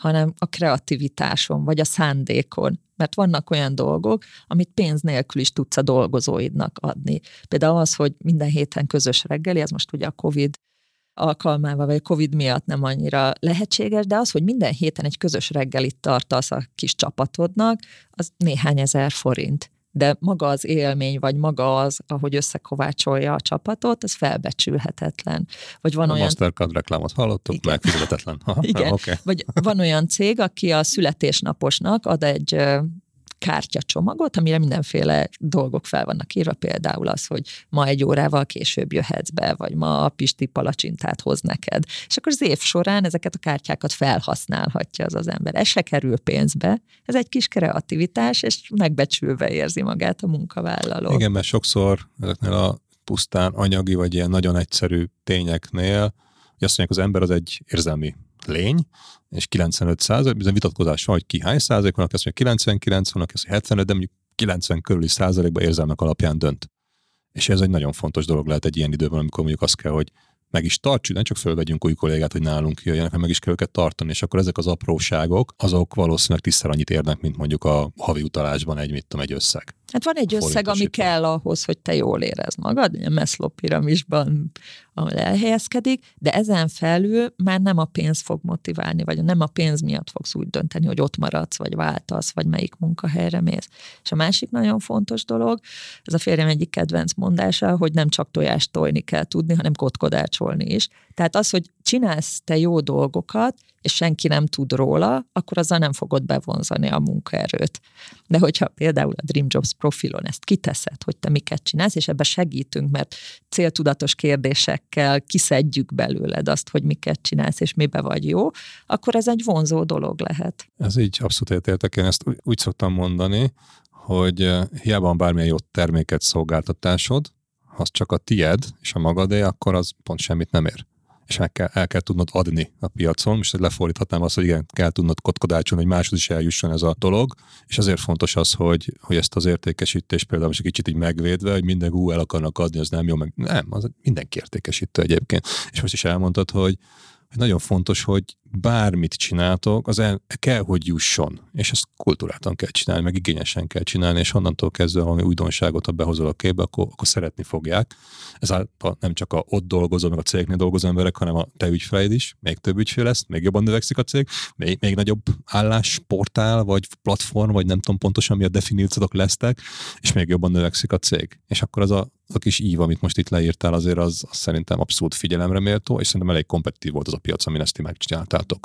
S1: hanem a kreativitáson, vagy a szándékon. Mert vannak olyan dolgok, amit pénz nélkül is tudsz a dolgozóidnak adni. Például az, hogy minden héten közös reggeli, ez most ugye a Covid alkalmával, vagy a Covid miatt nem annyira lehetséges, de az, hogy minden héten egy közös reggelit tartasz a kis csapatodnak, az néhány ezer forint. De maga az élmény, vagy maga az, ahogy összekovácsolja a csapatot, az felbecsülhetetlen. Vagy van olyan...
S2: Mastercard reklámot hallottuk, megfizetetlen.
S1: Igen.
S2: Okay.
S1: Vagy van olyan cég, aki a születésnaposnak ad egy kártyacsomagot, amire mindenféle dolgok fel vannak írva, például az, hogy ma 1 órával később jöhetsz be, vagy ma a Pisti palacsintát hoz neked. És akkor az év során ezeket a kártyákat felhasználhatja az ember. Ez se kerül pénzbe, ez egy kis kreativitás, és megbecsülve érzi magát a munkavállaló.
S2: Igen, mert sokszor ezeknél a pusztán anyagi, vagy ilyen nagyon egyszerű tényeknél, hogy azt mondják, az ember az egy érzelmi lény, és 95%, bizony vitatkozás van, hogy ki hány százalék van, aki azt mondja 99, van, aki azt mondja 75, de mondjuk 90 körüli százalékban érzelmek alapján dönt. És ez egy nagyon fontos dolog lehet egy ilyen időben, amikor mondjuk azt kell, hogy meg is tartsuk, nem csak fölvegyünk új kollégát, hogy nálunk jöjjenek, hanem meg is kell őket tartani, és akkor ezek az apróságok, azok valószínűleg 10-szer annyit érnek, mint mondjuk a havi utalásban egy összeg.
S1: Hát van egy összeg, ami kell ahhoz, hogy te jól érezd magad, a Maslow piramisban, ahol elhelyezkedik, de ezen felül már nem a pénz fog motiválni, vagy nem a pénz miatt fogsz úgy dönteni, hogy ott maradsz, vagy váltasz, vagy melyik munkahelyre mész. És a másik nagyon fontos dolog, ez a férjem egyik kedvenc mondása, hogy nem csak tojást tojni kell tudni, hanem kotkodácsolni is. Tehát az, hogy csinálsz te jó dolgokat, és senki nem tud róla, akkor azzal nem fogod bevonzani a munkaerőt. De hogyha például a Dream Jobs profilon ezt kiteszed, hogy te miket csinálsz, és ebben segítünk, mert céltudatos kérdésekkel kiszedjük belőled azt, hogy miket csinálsz, és mibe vagy jó, akkor ez egy vonzó dolog lehet.
S2: Ez így abszolút értéltek. Én ezt úgy szoktam mondani, hogy hiába van bármilyen jó terméket, szolgáltatásod, ha az csak a tied és a magadé, akkor az pont semmit nem ér. És el kell tudnod adni a piacon, és lefordíthatnám azt, hogy igen, kell tudnod kotkodácsolni, hogy máshoz is eljusson ez a dolog, és azért fontos az, hogy ezt az értékesítést például most egy kicsit így megvédve, hogy minden el akarnak adni, az nem jó, meg nem, az mindenki értékesítő egyébként. És most is elmondtad, hogy nagyon fontos, hogy bármit csináltok, az kell, hogy jusson. És ezt kultúráltan kell csinálni, meg igényesen kell csinálni, és onnantól kezdve, valami újdonságot, ha behozol a képbe, akkor szeretni fogják. Ezáltal nem csak a ott dolgozó, meg a cégnél dolgozó emberek, hanem a te ügyfeleid is, még több ügyfél lesz, még jobban növekszik a cég, még nagyobb állásportál, vagy platform, vagy nem tudom pontosan mi a definíciók lesznek, és még jobban növekszik a cég. És akkor az a kis ív, amit most itt leírtál, azért az szerintem abszolút figyelemre méltó, és szerintem elég kompetitív volt az a piac, amin ezt ti megcsináltátok.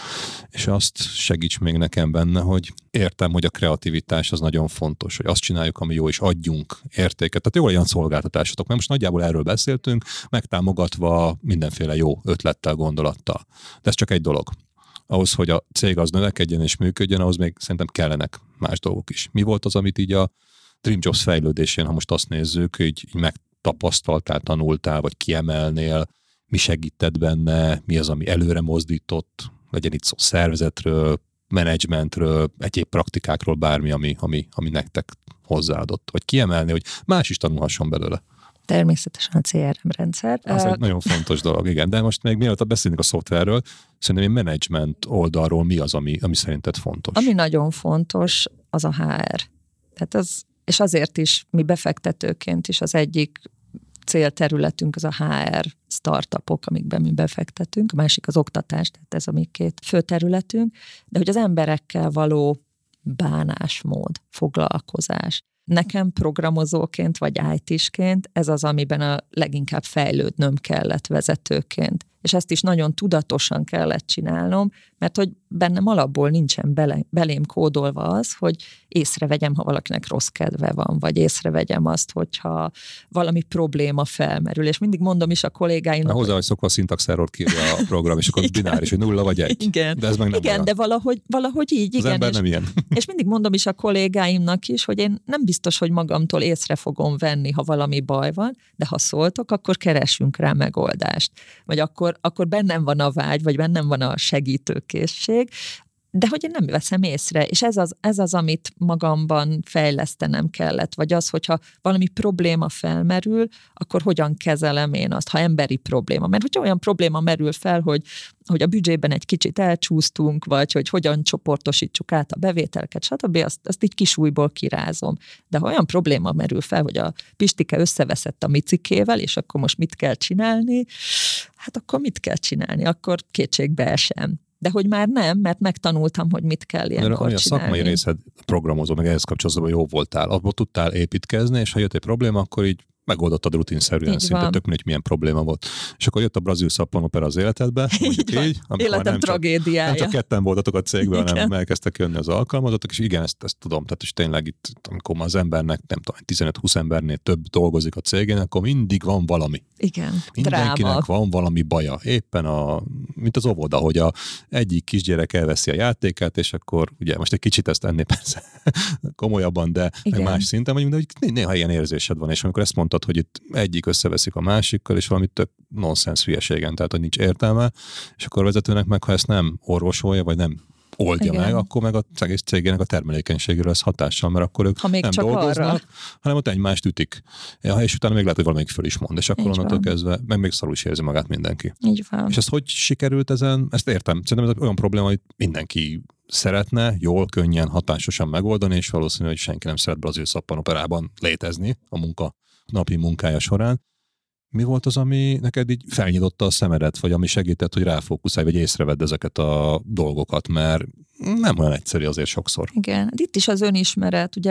S2: És azt segíts még nekem benne, hogy értem, hogy a kreativitás az nagyon fontos, hogy azt csináljuk, ami jó, és adjunk értéket. Tehát jó legyen szolgáltatásotok, mert most nagyjából erről beszéltünk, megtámogatva mindenféle jó ötlettel, gondolattal. De ez csak egy dolog. Ahhoz, hogy a cég az növekedjen és működjön, ahhoz még szerintem kellenek más dolgok is. Mi volt az, amit így a Dream Jobs fejlődésén, ha most azt nézzük, így megtapasztaltál, tanultál, vagy kiemelnél, mi segített benne, mi az, ami előre mozdított, legyen itt szó szervezetről, menedzsmentről, egyéb praktikákról, bármi, ami nektek hozzáadott. Vagy kiemelni, hogy más is tanulhasson belőle.
S1: Természetesen a CRM rendszer.
S2: Az egy nagyon fontos dolog, igen. De most még mielőtt beszélünk a szoftverről, szerintem egy menedzsment oldalról mi az, ami szerinted fontos?
S1: Ami nagyon fontos, az a HR. Tehát és azért is mi befektetőként is az egyik célterületünk az a HR startupok, amikben mi befektetünk, a másik az oktatás, tehát ez a mi 2 fő területünk, de hogy az emberekkel való bánásmód, foglalkozás. Nekem programozóként vagy IT-sként ez az, amiben a leginkább fejlődnöm kellett vezetőként. És ezt is nagyon tudatosan kellett csinálnom, mert hogy bennem alapból nincsen belém kódolva az, hogy észrevegyem, ha valakinek rossz kedve van, vagy észrevegyem azt, hogyha valami probléma felmerül. És mindig mondom is a kollégáimnak...
S2: Hozzá, hogy szokva a syntax error kírja a program, és akkor bináris, hogy 0 vagy 1.
S1: Igen,
S2: de ez meg nem
S1: igen, de valahogy így.
S2: Az
S1: igen,
S2: ember nem ilyen.
S1: És mindig mondom is a kollégáimnak is, hogy én nem biztos, hogy magamtól észre fogom venni, ha valami baj van, de ha szóltok, akkor keressünk rá megoldást. Vagy akkor bennem van a vágy, vagy bennem van a segítőkészség, de hogy én nem veszem észre, és ez az, amit magamban fejlesztenem kellett, vagy az, hogyha valami probléma felmerül, akkor hogyan kezelem én azt, ha emberi probléma. Mert hogyha olyan probléma merül fel, hogy a büdzsében egy kicsit elcsúsztunk, vagy hogy hogyan csoportosítsuk át a bevételeket, stb., azt így kisújból kirázom. De ha olyan probléma merül fel, hogy a Pistike összeveszett a Micikével, és akkor most mit kell csinálni, hát akkor mit kell csinálni? Akkor kétségbe esem. De hogy már nem, mert megtanultam, hogy mit kell ilyenkor csinálni.
S2: A szakmai részed programozó, meg ehhez kapcsolatban jó voltál. Abból tudtál építkezni, és ha jött egy probléma, akkor így megoldottad rutinszerűen, szinte tök mindegy, milyen probléma volt. És akkor jött a brazil szappanopera az életedbe, mondjuk így.
S1: Életem tragédiája.
S2: Nem csak ketten voltatok a cégben, hanem elkezdtek jönni az alkalmazottak, és igen, ezt tudom. Tehát és tényleg itt, amikor az embernek, nem tudom, 15-20 embernél több dolgozik a cégén, akkor mindig van valami.
S1: Igen,
S2: mindenkinek
S1: dráma.
S2: van valami baja. Éppen mint az óvoda, hogy egyik kisgyerek elveszi a játékát, és akkor ugye most egy kicsit ezt ennél persze komolyabban, de meg más szinten vagyunk, de hogy néha ilyen érzésed van, és amikor ezt mondtad, hogy itt egyik összeveszik a másikkal, és valami tök nonsens hülyeségen, tehát hogy nincs értelme, és akkor a vezetőnek meg, ha ezt nem orvosolja, vagy nem oldja meg, akkor meg a egész cégének a termelékenységére lesz hatással, mert akkor ők nem dolgoznak, hanem ott egymást ütik. Ja, és utána még lehet, hogy valamelyik föl is mond, és akkor onnantól kezdve meg még szarul is érzi magát mindenki.
S1: Így van.
S2: És ez hogy sikerült ezen? Ezt értem. Szerintem ez olyan probléma, hogy mindenki szeretne jól, könnyen, hatásosan megoldani, és valószínű, hogy senki nem szeret brazil szappanoperában létezni a napi munkája során. Mi volt az, ami neked így felnyitotta a szemedet, vagy ami segített, hogy ráfókuszálj, vagy észrevedd ezeket a dolgokat, mert nem olyan egyszerű azért sokszor.
S1: Igen, itt is az önismeret, ugye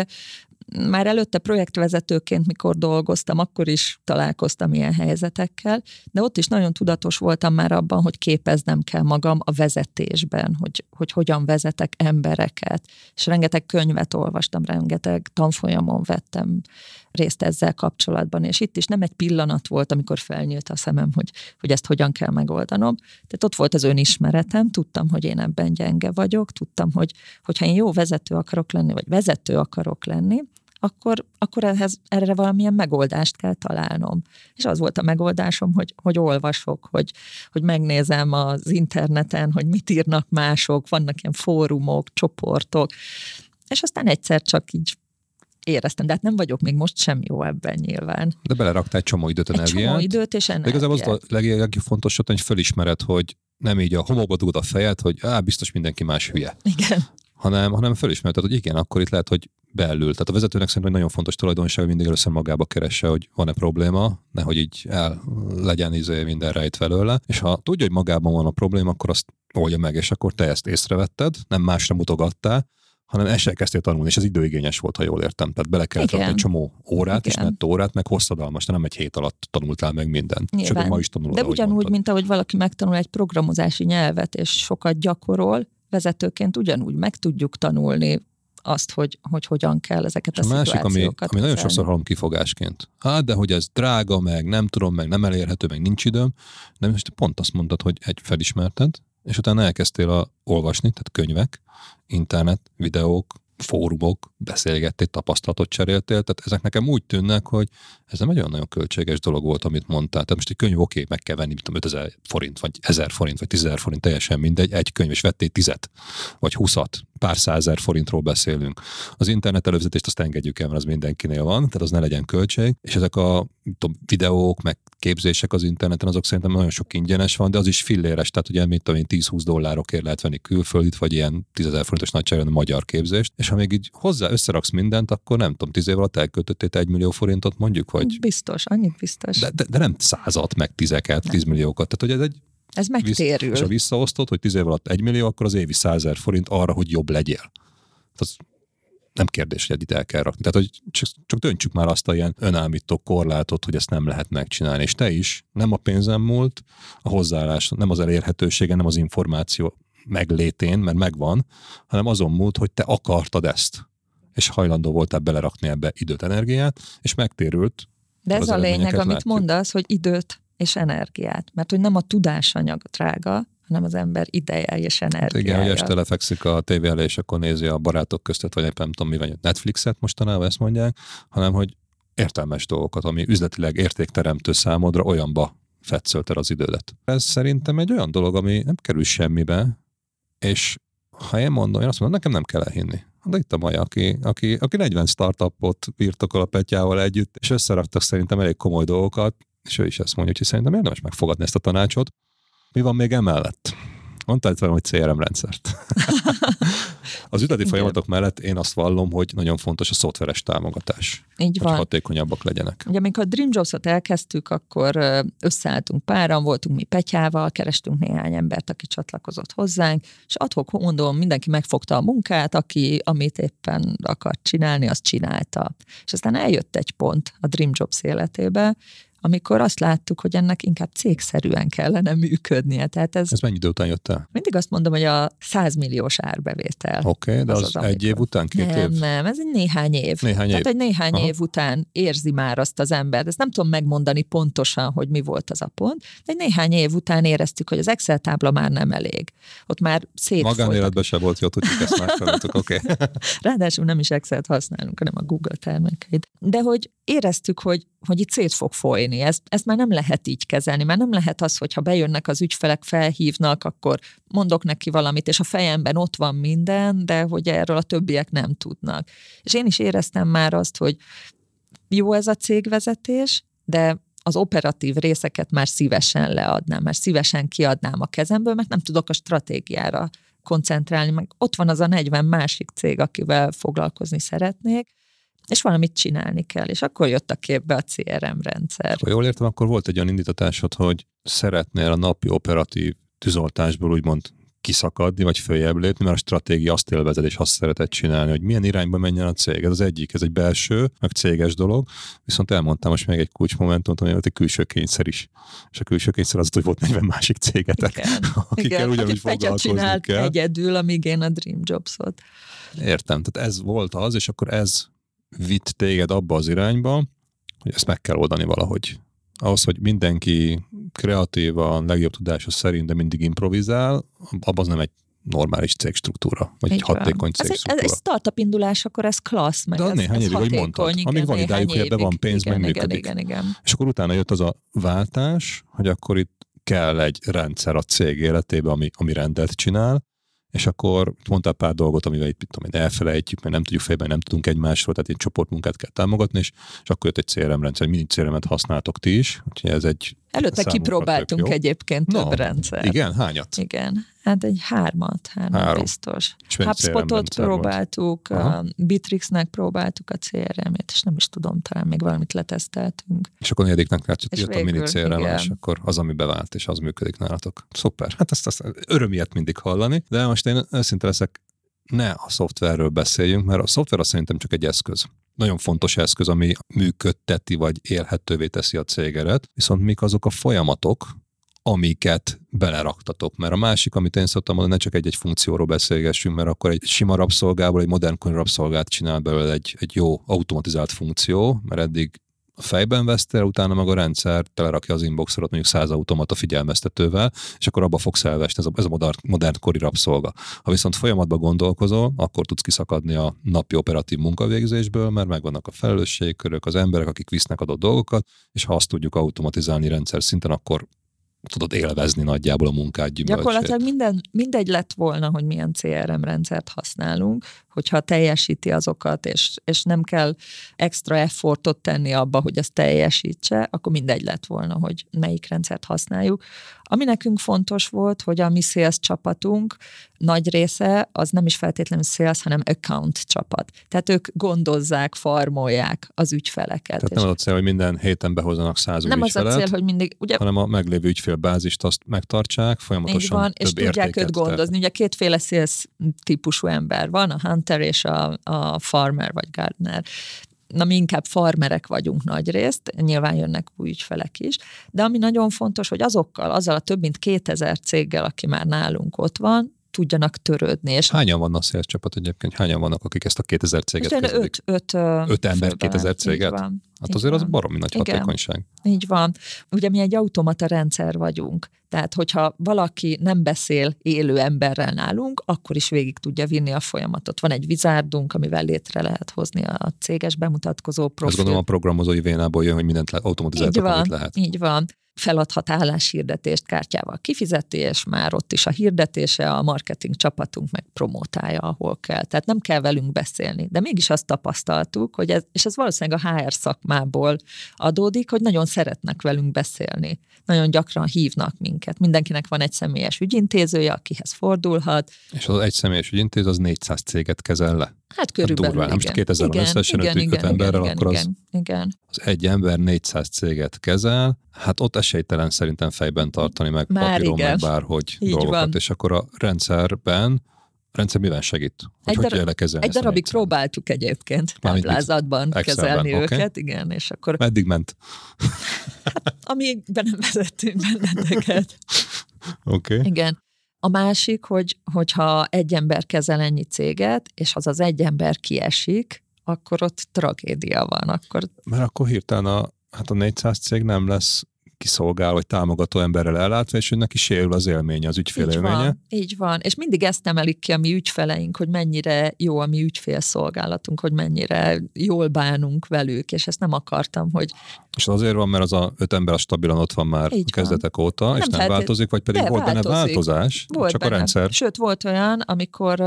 S1: már előtte projektvezetőként, mikor dolgoztam, akkor is találkoztam ilyen helyzetekkel, de ott is nagyon tudatos voltam már abban, hogy képeznem kell magam a vezetésben, hogy hogyan vezetek embereket, és rengeteg könyvet olvastam, rengeteg tanfolyamon vettem részt ezzel kapcsolatban, és itt is nem egy pillanat volt, amikor felnyílt a szemem, hogy ezt hogyan kell megoldanom. Tehát ott volt az önismeretem, tudtam, hogy én ebben gyenge vagyok, tudtam, hogy ha én jó vezető akarok lenni, vagy vezető akarok lenni, akkor erre valamilyen megoldást kell találnom. És az volt a megoldásom, hogy olvasok, hogy megnézem az interneten, hogy mit írnak mások, vannak ilyen fórumok, csoportok, és aztán egyszer csak így éreztem, de hát nem vagyok még most sem jó ebben nyilván.
S2: De beleraktál egy csomó időt, energiát.
S1: Egy csomó időt és energiát.
S2: De igazából az a legfontosabb, hogy fölismered, hogy nem így a homokba dugod a fejed, hogy biztos mindenki más hülye.
S1: Igen.
S2: Hanem fölismered, hogy igen, akkor itt lehet, hogy belül. Tehát a vezetőnek szerintem nagyon fontos tulajdonság, hogy mindig először magába keresse, hogy van-e probléma, nehogy így legyen minden rejt felőle. És ha tudja, hogy magában van a probléma, akkor azt oldja meg, és akkor te ezt észrevetted, nem másra mutogattál, hanem ezt elkezdtél tanulni, és ez időigényes volt, ha jól értem. Tehát bele kellett rakni egy csomó órát, ismert órát, meg hosszadalmas, de nem egy hét alatt tanultál meg mindent. Sőt, ma is tanulod,
S1: de ugyanúgy, mint ahogy valaki megtanul egy programozási nyelvet, és sokat gyakorol, vezetőként ugyanúgy meg tudjuk tanulni azt, hogy hogyan kell ezeket a szituációkat.
S2: A másik, ami nagyon sokszor hallom kifogásként. De hogy ez drága, meg nem tudom, meg nem elérhető, meg nincs időm. De most pont azt mondtad, hogy felismerted, és utána elkezdtél olvasni, tehát könyvek, internet, videók, fórumok, beszélgettél, tapasztalatot cseréltél, tehát ezek nekem úgy tűnnek, hogy ez nem egy olyan nagyon költséges dolog volt, amit mondtál. Tehát most egy könyv meg kell venni, mint 5000 forint, vagy 1000 forint, vagy 10.000 forint, teljesen mindegy, egy könyv, és vettél 10, vagy 20, pár százezer forintról beszélünk. Az internet előfizetést azt engedjük el, mert az mindenkinél van, tehát az ne legyen költség, és ezek a videók, meg képzések az interneten, azok szerintem nagyon sok ingyenes van, de az is filléres, tehát ugye mit tudom én, 10-20 dollárokért lehet venni külföldit, vagy ilyen 10.000 forintos nagyságrendű magyar képzést, és ha még így hozzá összeraksz mindent, akkor nem tudom, 10 év alatt elköltöttél 1 millió forintot mondjuk, vagy...
S1: Biztos, annyit biztos.
S2: De nem 100-at, meg 10-eket, 10 milliókat, tehát hogy
S1: ez megtérül.
S2: És ha visszaosztod, hogy 10 év alatt 1 millió, akkor az évi 100.000 forint arra, hogy jobb legyél. Az nem kérdés, hogy itt el kell rakni. Tehát, hogy csak döntsük már azt a ilyen önállító korlátot, hogy ezt nem lehet megcsinálni. És te is, nem a pénzem múlt, a hozzáállás, nem az elérhetősége, nem az információ meglétén, mert megvan, hanem azon múlt, hogy te akartad ezt. És hajlandó voltál belerakni ebbe időt, energiát, és megtérült.
S1: De ez a lényeg, amit
S2: látjuk.
S1: Mondasz, hogy időt és energiát. Mert hogy nem a tudásanyag drága, hanem az ember ideje és energiája.
S2: Igen, hogy este lefekszik a tévé elé, és akkor nézi a barátok köztet, vagy nem tudom mi, vagy Netflixet mostanában ezt mondják, hanem hogy értelmes dolgokat, ami üzletileg értékteremtő számodra, olyanba fetszölte az idődet. Ez szerintem egy olyan dolog, ami nem kerül semmibe, és ha én azt mondom, nekem nem kell elhinni. De itt a Maja, aki 40 startupot birtokol a Petyával együtt, és összeraktak szerintem elég komoly dolgokat, és ő is ezt mondja, hogy szerintem érdemes megfogadni ezt a tanácsot. Mi van még emellett? Mondtál itt valami CRM rendszert. Az üzleti folyamatok mellett én azt vallom, hogy nagyon fontos a szoftveres támogatás.
S1: Így van.
S2: Hogy hatékonyabbak legyenek.
S1: Ugye amikor a Dream Jobs-ot elkezdtük, akkor összeálltunk páran, voltunk mi Petyával, kerestünk néhány embert, aki csatlakozott hozzánk, és adhok mondom, mindenki megfogta a munkát, amit éppen akart csinálni, azt csinálta. És aztán eljött egy pont a Dream Jobs életébe, amikor azt láttuk, hogy ennek inkább cégszerűen kellene működnie. Tehát ez
S2: mennyi idő után jött el?
S1: Mindig azt mondom, hogy a 100 milliós árbevétel.
S2: Oké, de az egy év után, 2 év?
S1: Nem, ez egy néhány év. Tehát egy néhány év után érzi már azt az ember. Ezt nem tudom megmondani pontosan, hogy mi volt az a pont, de egy néhány év után éreztük, hogy az Excel tábla már nem elég. Ott már szétfolytak.
S2: Magánéletben se volt jó, tudjuk, ezt már tanultuk, oké.
S1: Ráadásul nem is Excel-t használunk, hanem a Google termékeit. De hogy éreztük, hogy itt szét fog folyni. Ezt már nem lehet így kezelni, mert nem lehet az, hogyha bejönnek az ügyfelek, felhívnak, akkor mondok neki valamit, és a fejemben ott van minden, de hogy erről a többiek nem tudnak. És én is éreztem már azt, hogy jó ez a cégvezetés, de az operatív részeket már szívesen leadnám, már szívesen kiadnám a kezemből, mert nem tudok a stratégiára koncentrálni, meg ott van az a 40 másik cég, akivel foglalkozni szeretnék, és valamit csinálni kell, és akkor jött a képbe a CRM rendszer.
S2: Ha jól értem, akkor volt egy olyan indítatásod, hogy szeretnél a napi operatív tűzoltásból úgymond kiszakadni, vagy följebb lépni, mert a stratégia azt élvezed, és azt szereted csinálni, hogy milyen irányba menjen a cég. Ez az egyik, ez egy belső, meg céges dolog, viszont elmondtam most még egy kulcsmomentumot, ami volt egy külső kényszer is. És a külső kényszer az, hogy volt 40 másik cégetek, akikkel ugyanúgy foglalkozni kell.
S1: Egyedül, amíg én a Dream Jobs-ot.
S2: Értem, tehát ez volt az, és akkor ez vitt téged abba az irányba, hogy ezt meg kell oldani valahogy. Ahhoz, hogy mindenki kreatívan, legjobb tudása szerint, de mindig improvizál, abban az nem egy normális cégstruktúra, vagy egy hatékony cégstruktúra.
S1: Ez egy startup indulás, akkor ez klassz, meg
S2: de néhány évig, hogy mondtad, amíg validáljuk, hogy ebben van pénz, meg működik.
S1: Igen.
S2: És akkor utána jött az a váltás, hogy akkor itt kell egy rendszer a cég életébe, ami rendet csinál, és akkor mondtál pár dolgot, amivel itt elfelejtjük, mert nem tudjuk fejben, nem tudunk egymásról, tehát egy csoportmunkát kell támogatni, és akkor jött egy CRM rendszer, mindig CRM-et használtok ti is, úgyhogy ez egy
S1: előtte kipróbáltunk egyébként több rendszer.
S2: Igen, hányat?
S1: Igen, hát egy hármat biztos. HubSpotot próbáltuk, Bitrixnek próbáltuk a CRM-et, és nem is tudom, talán még valamit leteszteltünk.
S2: És akkor negyediknek jött a mini CRM, és akkor az, ami bevált, és az működik nálatok. Szuper. Hát ezt öröm ilyet mindig hallani, de most én őszinte leszek, ne a szoftverről beszéljünk, mert a szoftver az szerintem csak egy eszköz. Nagyon fontos eszköz, ami működteti, vagy élhetővé teszi a cégedet, viszont mik azok a folyamatok, amiket beleraktatok. Mert a másik, amit én szoktam mondani, ne csak egy funkcióról beszélgessünk, mert akkor egy sima rabszolgából, egy modern rabszolgát csinál belőle egy jó automatizált funkció, mert eddig a fejben vesztél, utána meg a rendszer telerakja az inboxodat mondjuk 100 automata figyelmeztetővel, és akkor abba fogsz elvesni, ez a modern kori rabszolga. Ha viszont folyamatban gondolkozol, akkor tudsz kiszakadni a napi operatív munkavégzésből, mert megvannak a felelősségkörök, az emberek, akik visznek adott dolgokat, és ha azt tudjuk automatizálni rendszer szinten, akkor tudod élvezni nagyjából a munkát, gyümölcsét.
S1: Gyakorlatilag mindegy lett volna, hogy milyen CRM rendszert használunk, hogyha teljesíti azokat, és nem kell extra effortot tenni abba, hogy azt teljesítse, akkor mindegy lett volna, hogy melyik rendszert használjuk. Ami nekünk fontos volt, hogy a mi sales csapatunk nagy része az nem is feltétlenül sales, hanem account csapat. Tehát ők gondozzák, farmolják az ügyfeleket. Tehát
S2: nem az a cél, hogy minden héten behozzanak 100
S1: nem
S2: ügyfelet,
S1: az a cél, hogy mindig, ugye,
S2: hanem a meglévő ügyfélbázist azt megtartsák, folyamatosan
S1: van, és tudják őt gondozni. Ugye kétféle sales típusú ember van, a hunter és a farmer vagy gardener. Na, mi inkább farmerek vagyunk nagy részt, nyilván jönnek új ügyfelek is, de ami nagyon fontos, hogy azzal a több mint 2000 céggel, aki már nálunk ott van, tudjanak törődni. És
S2: hányan vannak sales csapat egyébként? Hányan vannak, akik ezt a 2000 céget kezdik?
S1: 5
S2: ember, 2000 céget? Hát azért az baromi nagy hatékonyság.
S1: Így van. Ugye mi egy automata rendszer vagyunk. Tehát, hogyha valaki nem beszél élő emberrel nálunk, akkor is végig tudja vinni a folyamatot. Van egy Wizardunk, amivel létre lehet hozni a céges bemutatkozó profilt.
S2: Azt gondolom a programozói vénából jön, hogy mindent automatizáltak, amit lehet.
S1: Így van. Feladhat álláshirdetést, kártyával kifizeti, és már ott is a hirdetése, a marketing csapatunk meg promótálja, ahol kell. Tehát nem kell velünk beszélni. De mégis azt tapasztaltuk, hogy ez valószínűleg a HR szakmából adódik, hogy nagyon szeretnek velünk beszélni. Nagyon gyakran hívnak minket. Mindenkinek van egy személyes ügyintézője, akihez fordulhat.
S2: És az egy személyes ügyintéző az 400 céget kezel le.
S1: Hát körülbelül,
S2: durván. Most 2000 van összesen 5 emberrel, akkor az egy ember 400 céget kezel, hát ott esélytelen szerintem fejben tartani meg papíron, meg bárhogy így dolgokat. Van. És akkor a rendszer miben segít?
S1: Egy darabig próbáltuk egyébként táblázatban kezelni őket, igen, és akkor...
S2: Meddig ment?
S1: Hát, amíg be nem vezettünk benneteket.
S2: Oké.
S1: Igen. A másik, hogyha egy ember kezel ennyi céget, és az egy ember kiesik, akkor ott tragédia van.
S2: Mert akkor hirtelen a 400 cég nem lesz kiszolgál, vagy támogató emberrel ellátva, és hogy neki sérül az élménye, az ügyfél élménye.
S1: Így van. És mindig ezt emelik ki a mi ügyfeleink, hogy mennyire jó a mi ügyfélszolgálatunk, hogy mennyire jól bánunk velük, és ezt nem akartam, hogy...
S2: És azért van, mert az a 5 ember a stabilan ott van már kezdetek óta, és nem változik, vagy pedig volt benne változás,
S1: volt
S2: csak
S1: benne.
S2: A rendszer.
S1: Sőt, volt olyan, amikor...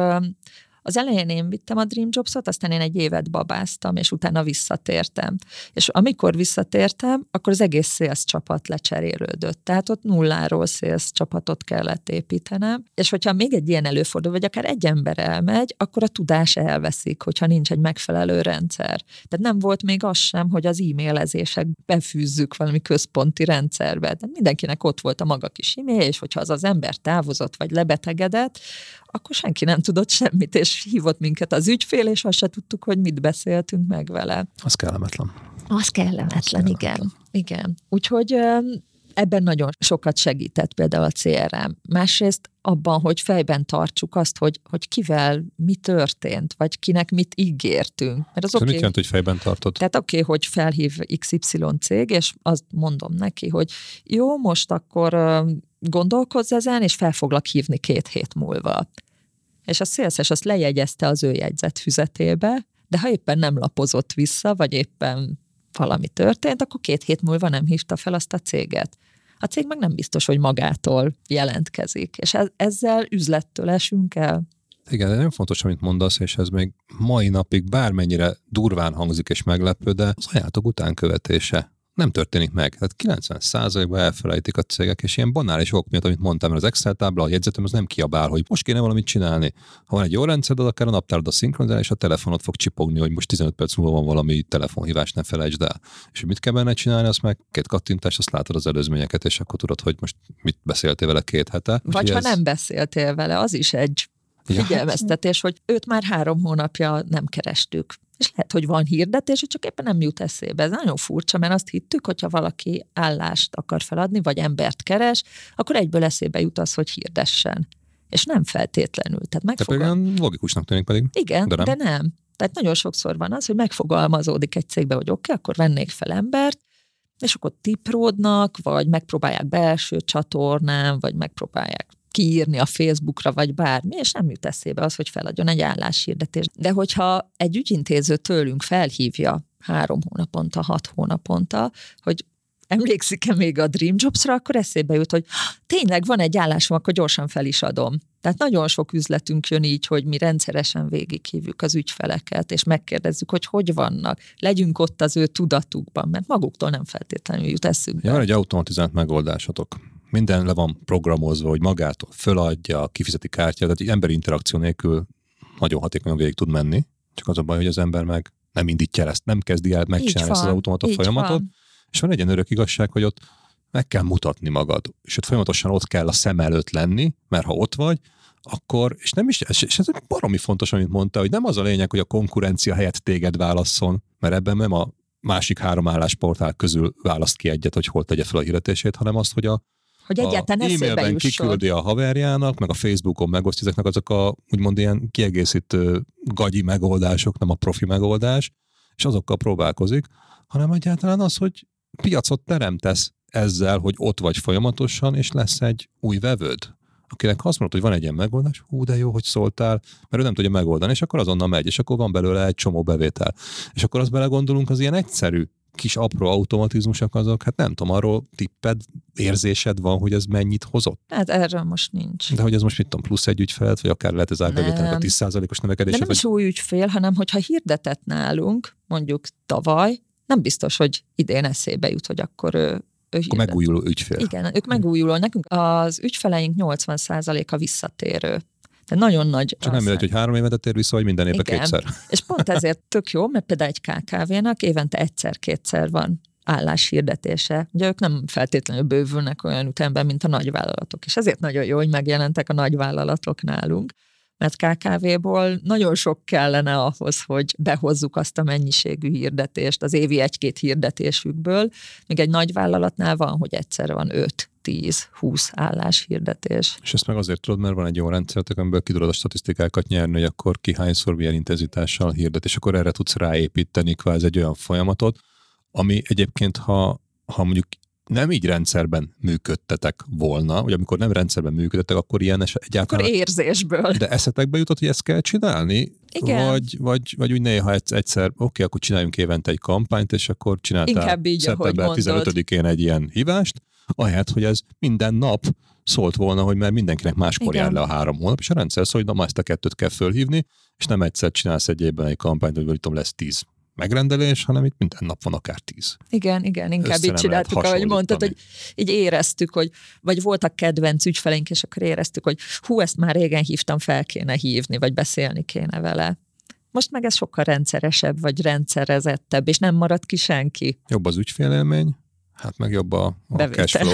S1: Az elején én vittem a Dream Jobs-ot, aztán én egy évet babáztam, és utána visszatértem. És amikor visszatértem, akkor az egész sales csapat lecserélődött. Tehát ott nulláról sales csapatot kellett építenem. És hogyha még egy ilyen előfordul, vagy akár egy ember elmegy, akkor a tudás elveszik, hogyha nincs egy megfelelő rendszer. Tehát nem volt még az sem, hogy az e-mailezések befűzzük valami központi rendszerbe. Tehát mindenkinek ott volt a maga kis e-mail, és hogyha az ember távozott, vagy lebetegedett, akkor senki nem tudott semmit, és hívott minket az ügyfél, és azt se tudtuk, hogy mit beszéltünk meg vele.
S2: Az kellemetlen.
S1: Az kellemetlen, igen. Úgyhogy ebben nagyon sokat segített például a CRM. Másrészt abban, hogy fejben tartsuk azt, hogy kivel mi történt, vagy kinek mit ígértünk. Mert az
S2: mit jelent, hogy fejben tartod?
S1: Tehát hogy felhív XY cég, és azt mondom neki, hogy jó, most akkor gondolkozz ezen, és fel foglak hívni 2 hét múlva. És a szélszes azt lejegyezte az ő jegyzetfüzetébe, de ha éppen nem lapozott vissza, vagy éppen valami történt, akkor 2 hét múlva nem hívta fel azt a céget. A cég meg nem biztos, hogy magától jelentkezik, és ezzel üzlettől esünk el.
S2: Igen, de nagyon fontos, amit mondasz, és ez még mai napig bármennyire durván hangzik és meglepő, de az ajánlatok utánkövetése nem történik meg. Tehát 90%-ban elfelejtik a cégek, és ilyen banális ok miatt, amit mondtam, mert az Excel tábla, a jegyzetem, az nem kiabál, hogy most kéne valamit csinálni. Ha van egy jó rendszered, akár a naptárod a szinkronizálni, és a telefonod fog csipogni, hogy most 15 perc múlva van valami telefonhívás, ne felejtsd el. És mit kell benne csinálni, azt meg 2 kattintás, azt látod az előzményeket, és akkor tudod, hogy most mit beszéltél vele 2 hete.
S1: Vagy ha nem beszéltél vele, az is egy figyelmeztetés, hogy őt már 3 hónapja nem kerestük. És lehet, hogy van hirdetés, hogy csak éppen nem jut eszébe. Ez nagyon furcsa, mert azt hittük, hogyha valaki állást akar feladni, vagy embert keres, akkor egyből eszébe jut az, hogy hirdessen. És nem feltétlenül.
S2: Tehát logikusnak tűnik pedig.
S1: Igen, de nem. Tehát nagyon sokszor van az, hogy megfogalmazódik egy cégbe, hogy oké, akkor vennék fel embert, és akkor tipródnak, vagy megpróbálják belső csatornán, vagy megpróbálják kiírni a Facebookra, vagy bármi, és nem jut eszébe az, hogy feladjon egy álláshirdetést. De hogyha egy ügyintéző tőlünk felhívja 3 hónaponta, 6 hónaponta, hogy emlékszik-e még a Dream Jobs-ra, akkor eszébe jut, hogy tényleg van egy állásom, akkor gyorsan fel is adom. Tehát nagyon sok üzletünk jön így, hogy mi rendszeresen végighívjuk az ügyfeleket, és megkérdezzük, hogy vannak. Legyünk ott az ő tudatukban, mert maguktól nem feltétlenül jut eszükbe.
S2: Ja, van egy automatizált megoldásotok. Minden le van programozva, hogy magától föladja, kifizeti kártyát, tehát emberi interakció nélkül nagyon hatékonyan végig tud menni. Csak az a baj, hogy az ember meg nem indítja ezt, nem kezdi el megcsinálni ezt az automata folyamatot. Van. És van egy ilyen örök igazság, hogy ott meg kell mutatni magad. És ott folyamatosan ott kell a szem előtt lenni, mert ha ott vagy, akkor, és ez baromi fontos, amit mondta, hogy nem az a lényeg, hogy a konkurencia helyett téged válasszon, mert ebben nem a másik 3 állásportál közül választ ki egyet, hogy hol tegye fel a hirdetését, hanem azt, hogy
S1: hogy egyáltalán
S2: e-mailben kiküldi a haverjának, meg a Facebookon megosztja, ezeknek azok a úgymond ilyen kiegészítő gagyi megoldások, nem a profi megoldás, és azokkal próbálkozik, hanem egyáltalán az, hogy piacot teremtesz ezzel, hogy ott vagy folyamatosan, és lesz egy új vevőd, akinek azt mondod, hogy van egy ilyen megoldás, de jó, hogy szóltál, mert ő nem tudja megoldani, és akkor azonnal megy, és akkor van belőle egy csomó bevétel. És akkor azt belegondolunk, az ilyen egyszerű kis apró automatizmusok azok, hát nem tudom, arról tipped, érzésed van, hogy ez mennyit hozott?
S1: Hát erről most nincs.
S2: De hogy ez most mit tudom, plusz egy ügyfelet, vagy akár lehet az árbevételnek a 10%-os növekedése?
S1: De nem is új ügyfél, hanem hogyha hirdetett nálunk, mondjuk tavaly, nem biztos, hogy idén eszébe jut, hogy akkor ő
S2: akkor megújuló ügyfél.
S1: Igen, ők megújuló. Nekünk az ügyfeleink 80%-a visszatérő. De nagyon nagy.
S2: Csak nem mindegy, hogy 3 évente tér vissza, vagy minden évben kétszer.
S1: És pont ezért tök jó, mert például egy KKV-nak évente egyszer-kétszer van álláshirdetése. Ugye ők nem feltétlenül bővülnek olyan ütemben, mint a nagyvállalatok. És ezért nagyon jó, hogy megjelentek a nagyvállalatok nálunk. Mert KKV-ból nagyon sok kellene ahhoz, hogy behozzuk azt a mennyiségű hirdetést az évi 1-2 hirdetésükből, míg egy nagyvállalatnál van, hogy egyszer van 5-10-20 álláshirdetés.
S2: És ezt meg azért tudod, mert van egy jó rendszertek, amiből ki tudod a statisztikákat nyerni, hogy akkor ki hányszor milyen intenzitással hirdet, és akkor erre tudsz ráépíteni kvázi egy olyan folyamatot, ami egyébként, ha mondjuk nem így rendszerben működtetek volna, vagy amikor nem rendszerben működtetek, akkor ilyen egyáltalán...
S1: Akkor érzésből.
S2: De eszetekbe jutott, hogy ezt kell csinálni?
S1: Igen.
S2: Vagy úgy néha egyszer, oké, akkor csináljunk évente egy kampányt, és akkor csináltál szeptember 15-én egy ilyen hívást, ahelyett, hogy ez minden nap szólt volna, hogy mert mindenkinek máskor jár le a 3 hónap, és a rendszer szól, hogy na, ezt a 2-t kell fölhívni, és nem egyszer csinálsz egy évben egy kampányt, hogy tudom, lesz 10 megrendelés, hanem itt minden nap van akár 10.
S1: Igen, inkább így csináltuk, ahogy mondtad, hogy így éreztük, hogy vagy voltak kedvenc ügyfeleink, és akkor éreztük, hogy ezt már régen hívtam, fel kéne hívni, vagy beszélni kéne vele. Most meg ez sokkal rendszeresebb, vagy rendszerezettebb, és nem marad ki senki.
S2: Jobb az ügyfélélmény, hát meg jobb a cashflow,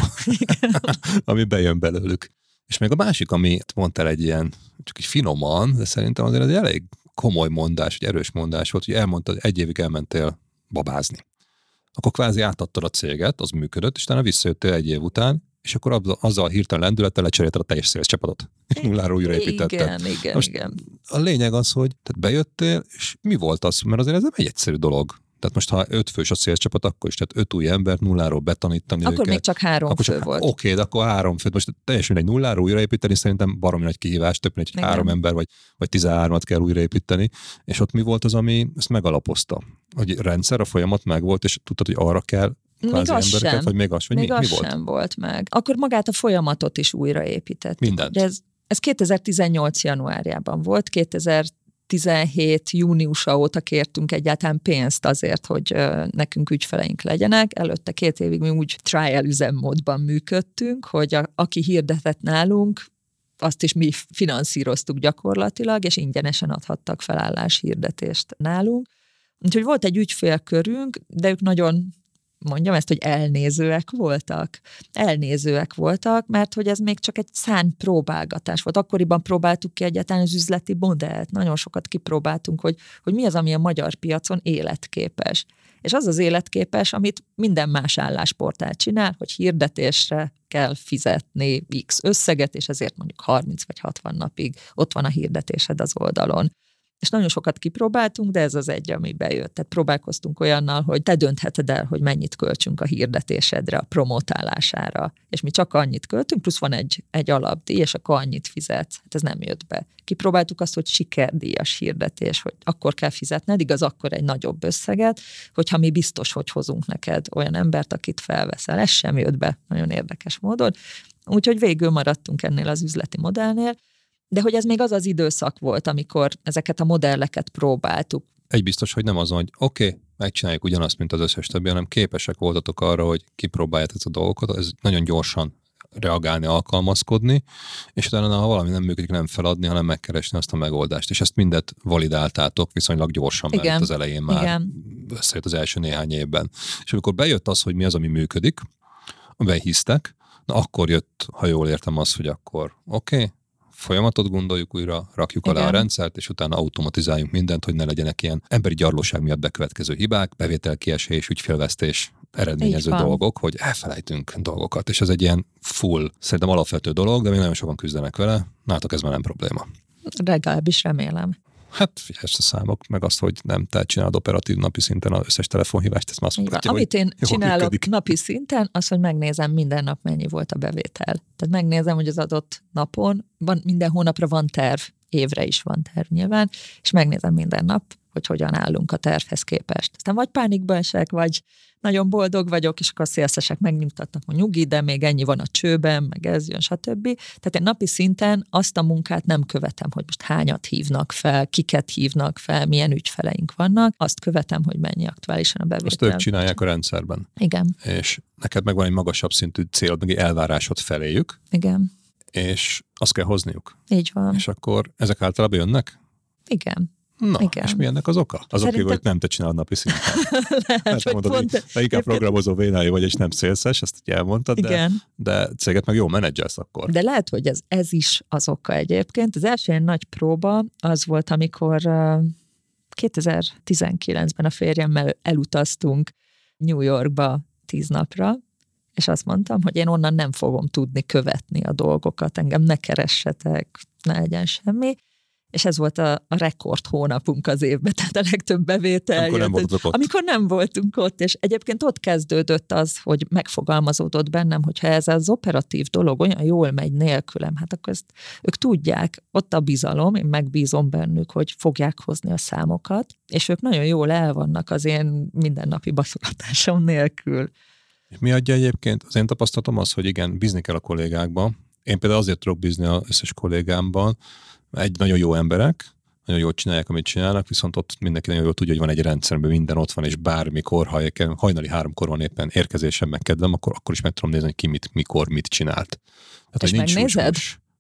S2: ami bejön belőlük. És még a másik, amit mondtál egy ilyen, csak így finoman, de szerintem azért egy elég komoly mondás, egy erős mondás volt, hogy elmondtad, 1 évig elmentél babázni. Akkor kvázi átadtad a céget, az működött, és utána visszajöttél 1 év után, és akkor azzal hirtelen lendülettel lecserélted a teljes sales csapatot. Nulláról újraépítetted.
S1: Igen.
S2: A lényeg az, hogy tehát bejöttél, és mi volt az? Mert azért ez nem egy egyszerű dolog. Tehát most, ha 5 fős a sales csapat, akkor is, tehát 5 új embert nulláról betanítani
S1: akkor
S2: őket.
S1: Még csak 3 fő volt.
S2: Oké, de akkor 3 főt. Most teljesen egy nulláról újraépíteni szerintem baromi nagy kihívás, több mint egy 3 ember, vagy 13-at kell újraépíteni. És ott mi volt az, ami ezt megalapozta? Hogy rendszer, a folyamat megvolt, és tudtad, hogy arra kell kvázi embereket,
S1: sem.
S2: vagy még az, vagy
S1: még
S2: mi
S1: az
S2: volt?
S1: sem volt meg. Akkor magát a folyamatot is újraépített.
S2: Mindent.
S1: Ez 2018 januárjában volt, 2017 júniusa óta kértünk egyáltalán pénzt azért, hogy nekünk ügyfeleink legyenek. Előtte 2 évig mi úgy trial üzemmódban működtünk, hogy aki hirdetett nálunk, azt is mi finanszíroztuk gyakorlatilag, és ingyenesen adhattak felálláshirdetést nálunk. Úgyhogy volt egy ügyfélkörünk, de ők nagyon, mondjam ezt, hogy elnézőek voltak, mert hogy ez még csak egy szánt próbálgatás volt. Akkoriban próbáltuk ki egyáltalán az üzleti modellt. Nagyon sokat kipróbáltunk, hogy mi az, ami a magyar piacon életképes. És az az életképes, amit minden más állásportál csinál, hogy hirdetésre kell fizetni X összeget, és ezért mondjuk 30 vagy 60 napig ott van a hirdetésed az oldalon. És nagyon sokat kipróbáltunk, de ez az egy, ami bejött. Tehát próbálkoztunk olyannal, hogy te döntheted el, hogy mennyit költsünk a hirdetésedre, a promotálására. És mi csak annyit költünk, plusz van egy alapdíj, és akkor annyit fizetsz. Hát ez nem jött be. Kipróbáltuk azt, hogy sikerdíjas hirdetés, hogy akkor kell fizetned, igaz, akkor egy nagyobb összeget, hogyha mi biztos, hogy hozunk neked olyan embert, akit felveszel. Ez sem jött be nagyon érdekes módon. Úgyhogy végül maradtunk ennél az üzleti modellnél. De hogy ez még az az időszak volt, amikor ezeket a modelleket próbáltuk.
S2: Egy biztos, hogy nem azon, hogy oké, megcsináljuk ugyanazt, mint az összes többi, hanem képesek voltatok arra, hogy kipróbáljátok a dolgokat, ez nagyon gyorsan reagálni, alkalmazkodni, és utána, ha valami nem működik, nem feladni, hanem megkeresni azt a megoldást. És ezt mindet validáltátok viszonylag gyorsan, mert az elején már összejött az első néhány évben. És amikor bejött az, hogy mi az, ami működik, behisztek, na akkor jött, ha jól értem, az, hogy akkor oké, folyamatot gondoljuk újra, rakjuk alá a rendszert, és utána automatizáljunk mindent, hogy ne legyenek ilyen emberi gyarlóság miatt bekövetkező hibák, bevételkiesés, ügyfélvesztés, eredményező dolgok, hogy elfelejtünk dolgokat. És ez egy ilyen szerintem alapvető dolog, de még nagyon sokan küzdenek vele. Nálatok ez már nem probléma.
S1: Legalábbis remélem.
S2: Hát figyelj, a számok, meg azt, hogy nem te csinálod operatív napi szinten az összes telefonhívást, ezt már azt mutatja,
S1: amit én csinálok
S2: működik.
S1: napi szinten, az, hogy megnézem minden nap mennyi volt a bevétel. Tehát megnézem, hogy az adott napon, minden hónapra van terv, évre is van terv nyilván, és megnézem minden nap, hogy hogyan állunk a tervhez képest. Aztán vagy pánikban esek, vagy nagyon boldog vagyok, és akkor a szélszesek megnyugtatnak, hogy nyugi, de még ennyi van a csőben, meg ez jön, stb. Tehát én napi szinten azt a munkát nem követem, hogy most hányat hívnak fel, kiket hívnak fel, milyen ügyfeleink vannak. Azt követem, hogy mennyi aktuálisan a bevétel.
S2: Azt ők csinálják a rendszerben.
S1: Igen.
S2: És neked megvan egy magasabb szintű célod, meg egy elvárásod feléjük.
S1: Igen.
S2: És azt kell hozniuk.
S1: Így van.
S2: És akkor ezek általában jönnek?
S1: Igen.
S2: Na,
S1: igen.
S2: És mi ennek az oka? Az oké, hogy nem te csinálod napi szinten.
S1: Lehet, hogy
S2: mondod,
S1: pont...
S2: Te inkább programozó vénájú vagy, és nem szélszes, ezt ugye elmondtad, de céget meg jól menedzselsz akkor.
S1: De lehet, hogy ez is az oka egyébként. Az első ilyen nagy próba az volt, amikor 2019-ben a férjemmel elutaztunk New Yorkba 10 napra, és azt mondtam, hogy én onnan nem fogom tudni követni a dolgokat, engem ne keressetek, ne legyen semmi. És ez volt a rekord hónapunk az évben, tehát a legtöbb bevétel amikor nem voltunk ott, és egyébként ott kezdődött az, hogy megfogalmazódott bennem, hogyha ez az operatív dolog olyan jól megy nélkülem, hát akkor ezt ők tudják, ott a bizalom, én megbízom bennük, hogy fogják hozni a számokat, és ők nagyon jól el vannak az én mindennapi baszogatásom nélkül.
S2: És mi adja egyébként? Az én tapasztalatom az, hogy igen, bízni kell a kollégákba. Én például azért tudok bízni az összes kollégámban, egy nagyon jó emberek, nagyon jól csinálják, amit csinálnak, viszont ott mindenki nagyon jól tudja, hogy van egy rendszerben, minden ott van, és bármikor, ha hajnali 3-kor van éppen érkezésem, meg kedvem, akkor is meg tudom nézni, hogy ki mikor mit csinált. Tehát,
S1: és megnézed?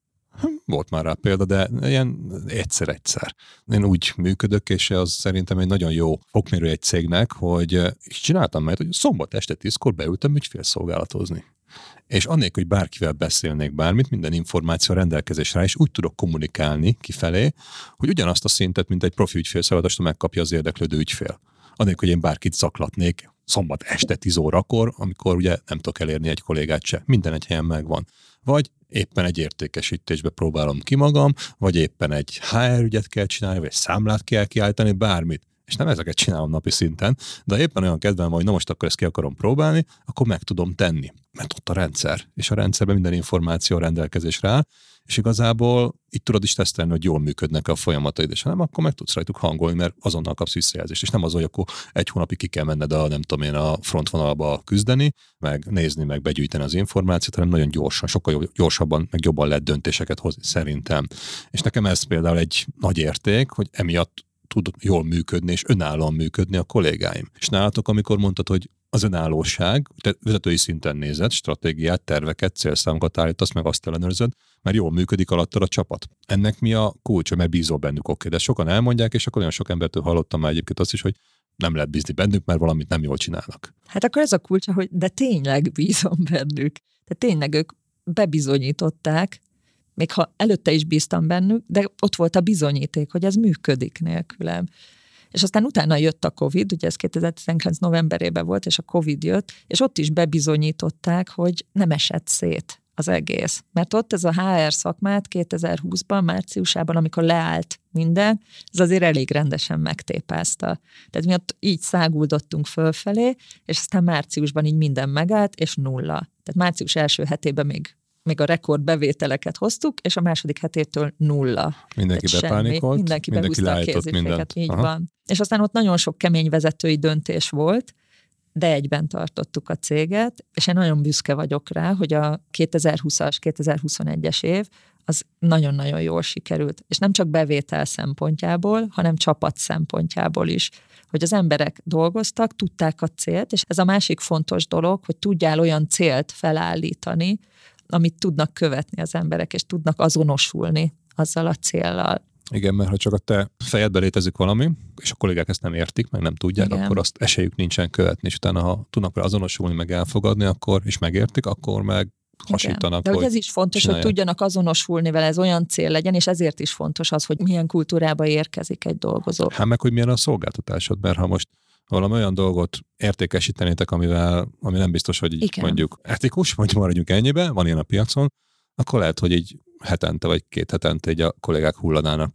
S2: Volt már rá példa, de ilyen egyszer-egyszer. Én úgy működök, és az szerintem egy nagyon jó fokmérő egy cégnek, hogy csináltam majd, hogy szombat este 10-kor beültem ügyfélszolgálatozni. És annélkül, hogy bárkivel beszélnék bármit, minden információ rendelkezésre, és úgy tudok kommunikálni kifelé, hogy ugyanazt a szintet, mint egy profi ügyfélszolgálatostól megkapja az érdeklődő ügyfél. Annélkül, hogy én bárkit zaklatnék szombat este 10 órakor, amikor ugye nem tudok elérni egy kollégát se. Minden egy helyen megvan. Vagy éppen egy értékesítésbe próbálom ki magam, vagy éppen egy HR ügyet kell csinálni, vagy egy számlát kell kiállítani, bármit. És nem ezeket csinálom napi szinten, de éppen olyan kedvem van, hogy na most akkor ezt ki akarom próbálni, akkor meg tudom tenni. Mert ott a rendszer, és a rendszerben minden információ rendelkezésre áll, és igazából így tudod is tesztelni, hogy jól működnek a folyamataid, és ha nem, akkor meg tudsz rajtuk hangolni, mert azonnal kapsz visszajelzést. És nem az, hogy akkor egy hónapig ki kell menned a frontvonalba küzdeni, meg nézni, meg begyűjteni az információt, hanem nagyon gyorsan, sokkal gyorsabban, meg jobban lehet döntéseket hozni szerintem. És nekem ez például egy nagy érték, hogy emiatt tud jól működni, és önállóan működni a kollégáim. És nálatok, amikor mondtad, hogy az önállóság, te vezetői szinten nézed, stratégiát, terveket, célszámokat állítasz, meg azt ellenőrzöd, mert jól működik alattad a csapat. Ennek mi a kulcsa, mert bízol bennük, oké, de sokan elmondják, és akkor olyan sok embertől hallottam már egyébként azt is, hogy nem lehet bízni bennük, mert valamit nem jól csinálnak.
S1: Hát akkor ez a kulcsa, hogy de tényleg bízom bennük. De tényleg ők bebizonyították, még ha előtte is bíztam bennük, de ott volt a bizonyíték, hogy ez működik nélkülem. És aztán utána jött a Covid, ugye ez 2019 novemberében volt, és a Covid jött, és ott is bebizonyították, hogy nem esett szét az egész. Mert ott ez a HR szakmát 2020-ban, márciusában, amikor leállt minden, ez azért elég rendesen megtépázta. Tehát mi ott így száguldottunk fölfelé, és aztán márciusban így minden megállt, és nulla. Tehát március első hetében még a rekord bevételeket hoztuk, és a második hetétől nulla.
S2: Mindenki bepánikolt,
S1: mindenki behúzta a kéziféket, így van. És aztán ott nagyon sok kemény vezetői döntés volt, de egyben tartottuk a céget, és én nagyon büszke vagyok rá, hogy a 2020-as, 2021-es év az nagyon-nagyon jól sikerült. És nem csak bevétel szempontjából, hanem csapat szempontjából is. Hogy az emberek dolgoztak, tudták a célt, és ez a másik fontos dolog, hogy tudjál olyan célt felállítani, amit tudnak követni az emberek, és tudnak azonosulni azzal a céllal.
S2: Igen, mert ha csak a te fejedben létezik valami, és a kollégák ezt nem értik, meg nem tudják, igen, akkor azt esélyük nincsen követni, és utána, ha tudnak vele azonosulni, meg elfogadni, akkor, és megértik, akkor meg hasítanak.
S1: De hogy ez is fontos, csinálják, hogy tudjanak azonosulni vele, ez olyan cél legyen, és ezért is fontos az, hogy milyen kultúrába érkezik egy dolgozó.
S2: Hát meg, hogy milyen a szolgáltatásod, mert ha most valami olyan dolgot értékesítenétek, ami nem biztos, hogy így mondjuk etikus, vagy maradjunk ennyibe, van ilyen a piacon, akkor lehet, hogy így hetente vagy 2 hetente így a kollégák hullanának ki.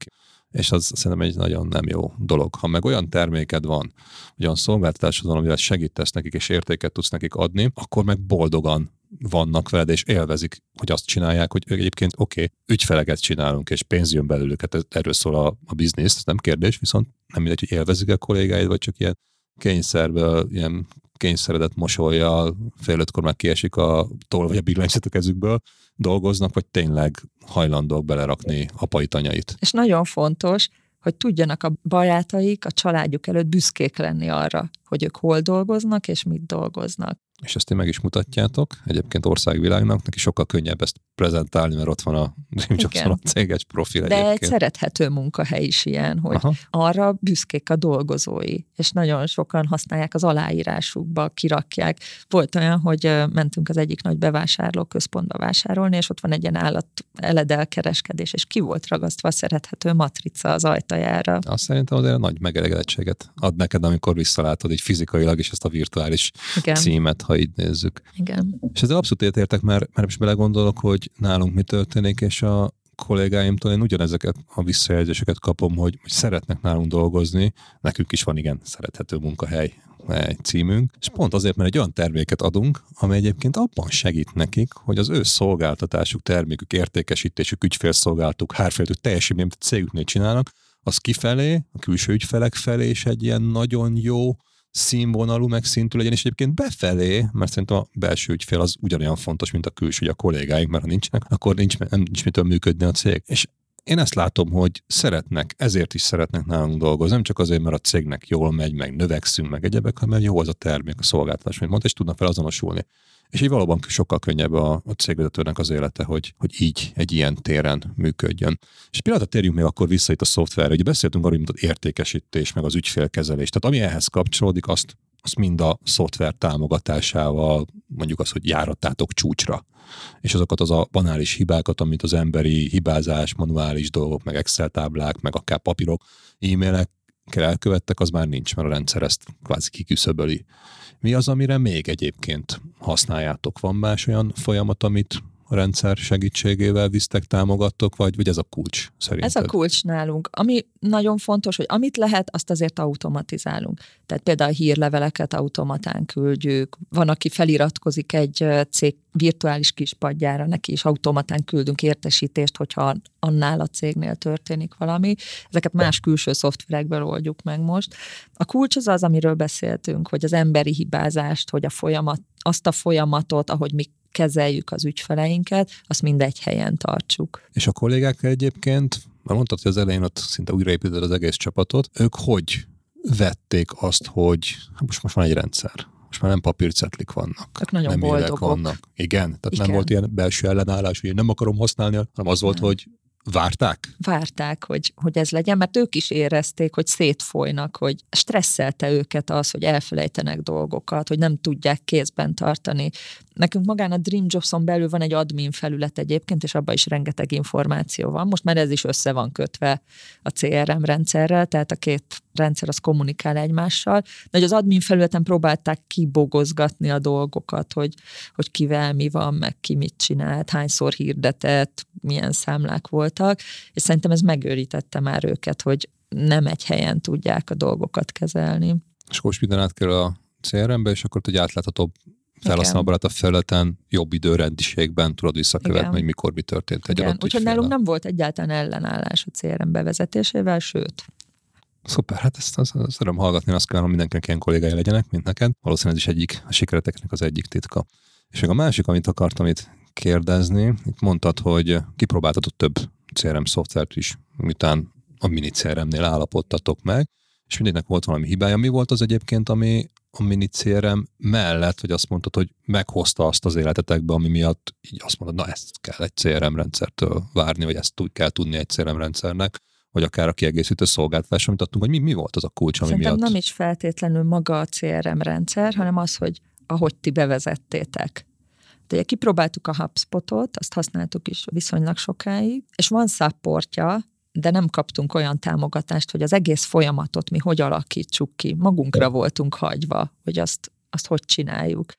S2: és az szerintem egy nagyon nem jó dolog. Ha meg olyan terméked van, olyan szolgáltatásod van, amivel segítesz nekik, és értéket tudsz nekik adni, akkor meg boldogan vannak veled, és élvezik, hogy azt csinálják, hogy egyébként ügyfeleket csinálunk, és pénz jön belőlük, hát erről szól a biznisz, ez nem kérdés, viszont nem mindegy, hogy élvezik a kollégáid, vagy csak ilyen kényszerből, ilyen kényszeredett mosollyal, fél ötkor már kiesik a toll vagy a billentyűzet a kezükből, dolgoznak, vagy tényleg hajlandók belerakni apait, anyait.
S1: És nagyon fontos, hogy tudjanak a barátaik, a családjuk előtt büszkék lenni arra, hogy ők hol dolgoznak, és mit dolgoznak.
S2: És ezt meg is mutatjátok. Egyébként országvilágnak, neki sokkal könnyebb ezt prezentálni, mert ott van a Dream Jobson a céges profil
S1: de
S2: egyébként.
S1: egy szerethető munkahely is ilyen, hogy arra büszkék a dolgozói, és nagyon sokan használják az aláírásukba, kirakják. Volt olyan, hogy mentünk az egyik nagy bevásárlóközpontba vásárolni, és ott van egy ilyen eledel-kereskedés, és ki volt ragasztva a szerethető matrica az ajtajára.
S2: Azt szerintem azért nagy megelégedettséget ad neked, amikor visszalátod így fizikailag is ezt a virtuális címet, ha így nézzük.
S1: Igen.
S2: És ezzel abszolút értek, mert most belegondolok, hogy nálunk mi történik, és a kollégáimtól én ugyanezeket a visszajelzéseket kapom, hogy szeretnek nálunk dolgozni, nekünk is van igen szerethető munkahely egy címünk, és pont azért, mert egy olyan terméket adunk, amely egyébként abban segít nekik, hogy az ő szolgáltatásuk, termékük, értékesítésük, ügyfélszolgálatuk, hárféltük teljesen, mint a cégüknél csinálnak, az kifelé, a külső ügyfelek felé is egy ilyen nagyon jó színvonalú, meg szintű legyen, és egyébként befelé, mert szerintem a belső ügyfél az ugyanolyan fontos, mint a külső, a kollégáink, mert ha nincsenek, akkor nincs mitől működni a cég. És én ezt látom, hogy ezért is szeretnek nálunk dolgozni, nem csak azért, mert a cégnek jól megy, meg növekszünk, meg egyebek, hanem mert jó az a termék, a szolgáltatás, mint mondta, és tudnak fel azonosulni. És így valóban sokkal könnyebb a cégvezetőnek az élete, hogy így egy ilyen téren működjön. És pillanatot térjünk még akkor vissza itt a szoftverre. Ugye beszéltünk arról, mint az értékesítés, meg az ügyfélkezelés. Tehát ami ehhez kapcsolódik, azt mind a szoftver támogatásával, mondjuk az, hogy járattátok csúcsra. És azokat az a banális hibákat, amit az emberi hibázás, manuális dolgok, meg Excel táblák, meg akár papírok, e-mailek elkövettek, az már nincs, mert a rendszer ezt kvázi kiküszöböli. Mi az, amire még egyébként használjátok? Van más olyan folyamat, amit a rendszer segítségével visztek, támogattok, vagy ez a kulcs szerinted?
S1: Ez a kulcs nálunk. Ami nagyon fontos, hogy amit lehet, azt azért automatizálunk. Tehát például a hírleveleket automatán küldjük. Van, aki feliratkozik egy cég virtuális kispadjára, neki is automatán küldünk értesítést, hogyha annál a cégnél történik valami. Ezeket más külső szoftverekből oldjuk meg most. A kulcs az, amiről beszéltünk, hogy az emberi hibázást, hogy azt a folyamatot, ahogy mi kezeljük az ügyfeleinket, azt mindegy helyen tartsuk.
S2: És a kollégák egyébként, már mondtad, hogy az elején ott szinte újraépítetted az egész csapatot, ők hogy vették azt, hogy most van egy rendszer, most már nem papírcetlik vannak.
S1: Ők nagyon
S2: nem
S1: boldogok.
S2: Vannak. Igen? Tehát
S1: igen.
S2: Nem volt ilyen belső ellenállás, hogy én nem akarom használni, hanem az volt, hogy várták?
S1: Várták, hogy ez legyen, mert ők is érezték, hogy szétfolynak, hogy stresszelte őket az, hogy elfelejtenek dolgokat, hogy nem tudják kézben tartani. Nekünk magán a Dream Jobson belül van egy admin felület egyébként, és abban is rengeteg információ van. Most már ez is össze van kötve a CRM rendszerrel, tehát a két rendszer az kommunikál egymással, de hogy az admin felületen próbálták kibogozgatni a dolgokat, hogy kivel mi van, meg ki mit csinált, hányszor hirdetett, milyen számlák voltak, és szerintem ez megőrítette már őket, hogy nem egy helyen tudják a dolgokat kezelni.
S2: És akkor most minden át kell a CRM-be, és akkor egy átláthatóbb felhasználóbarát a felületen, jobb időrendiségben tudod visszakövetni, hogy mikor mi történt egy adott
S1: úgyhogy nálunk nem volt egyáltalán ellenállás a CRM bevezetésével, sőt.
S2: Szuper, hát ezt öröm hallgatni, azt kívánom, mindenkinek ilyen kollégája legyenek, mint neked. Valószínűleg ez is egyik, a sikereteknek az egyik titka. És még a másik, amit akartam itt kérdezni, itt mondtad, hogy kipróbáltatok több CRM szoftvert is, miután a mini CRM-nél állapodtatok meg, és mindegynek volt valami hibája. Mi volt az egyébként, ami a mini CRM mellett, hogy azt mondtad, hogy meghozta azt az életetekbe, ami miatt így azt mondod, na ezt kell egy CRM rendszertől várni, vagy ezt kell tudni egy CRM rendszernek, vagy akár a kiegészítő szolgáltatás, amit adtunk, hogy mi volt az a kulcs, ami
S1: Szerintem
S2: miatt?
S1: Nem is feltétlenül maga a CRM rendszer, hanem az, hogy ahogy ti bevezettétek. De ugye kipróbáltuk a HubSpotot, azt használtuk is viszonylag sokáig, és van supportja, de nem kaptunk olyan támogatást, hogy az egész folyamatot mi hogy alakítsuk ki. Magunkra voltunk hagyva, hogy azt hogy csináljuk.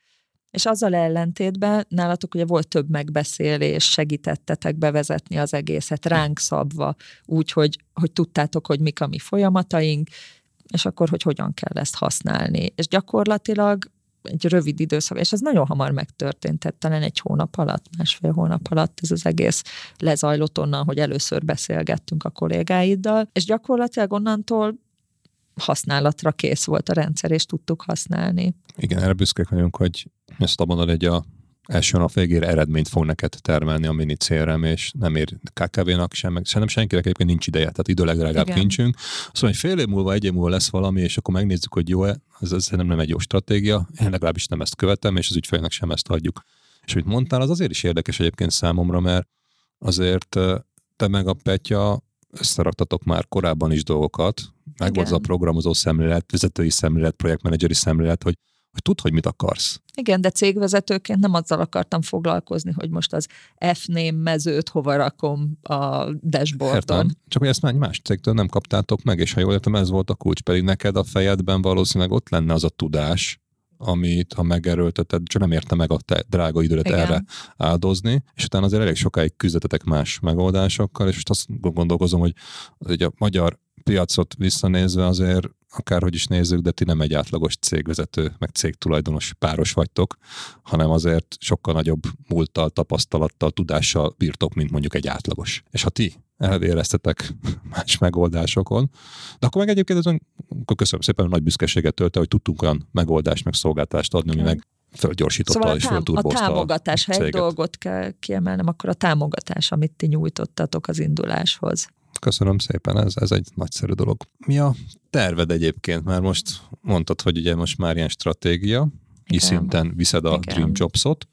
S1: És azzal ellentétben nálatok ugye volt több megbeszélés, segítettetek bevezetni az egészet ránk szabva, úgy, hogy tudtátok, hogy mik a mi folyamataink, és akkor, hogy hogyan kell ezt használni. És gyakorlatilag egy rövid időszak, és ez nagyon hamar megtörtént, tehát talán egy hónap alatt, 1,5 hónap alatt ez az egész lezajlott onnan, hogy először beszélgettünk a kollégáiddal, és gyakorlatilag onnantól használatra kész volt a rendszer, és tudtuk használni.
S2: Igen, erre büszkék vagyunk, hogy ezt a mondod, hogy a első nap végére eredményt fog neked termelni a mini CRM, és nem ér KKV-nak sem, meg szerintem senkinek egyébként nincs ideje, tehát idő legdrágább kincsünk. Azt mondja, hogy fél év múlva, egy év múlva lesz valami, és akkor megnézzük, hogy jó-e, ez nem egy jó stratégia, én legalábbis nem ezt követem, és az ügyfélnek sem ezt adjuk. És amit mondtál, az azért is érdekes egyébként számomra, mert azért te meg a Petya összeraktatok már korábban is dolgokat, meg volt az a programozó szemlélet, vezetői szemlélet, projektmenedzseri szemlélet, hogy tudd, hogy mit akarsz.
S1: Igen, de cégvezetőként nem azzal akartam foglalkozni, hogy most az F-name mezőt hova rakom a dashboardon.
S2: Értem. Csak hogy ezt már egy más cégtől nem kaptátok meg, és ha jól értem, ez volt a kulcs, pedig neked a fejedben valószínűleg ott lenne az a tudás, amit ha megerőlteted, csak nem érte meg a te drága időt erre áldozni, és utána azért elég sokáig küzdetetek más megoldásokkal, és most azt gondolkozom, hogy a magyar piacot visszanézve azért akárhogy is nézzük, de ti nem egy átlagos cégvezető, meg cégtulajdonos páros vagytok, hanem azért sokkal nagyobb múlttal, tapasztalattal, tudással bírtok, mint mondjuk egy átlagos. És ha ti elvéreztetek más megoldásokon, de akkor meg egyébként akkor köszönöm szépen, hogy nagy büszkeséget tölte, hogy tudtunk olyan megoldást, meg szolgáltást adni, ami meg fölgyorsította
S1: szóval
S2: és fölturbozta
S1: a támogatás,
S2: a
S1: ha egy dolgot kell kiemelnem, akkor a támogatás, amit ti nyújtottatok az induláshoz.
S2: Köszönöm szépen, ez egy nagyszerű dolog. Mi a terved egyébként? Már most mondtad, hogy ugye most már ilyen stratégia, így szinten viszed a Dream Jobs-ot,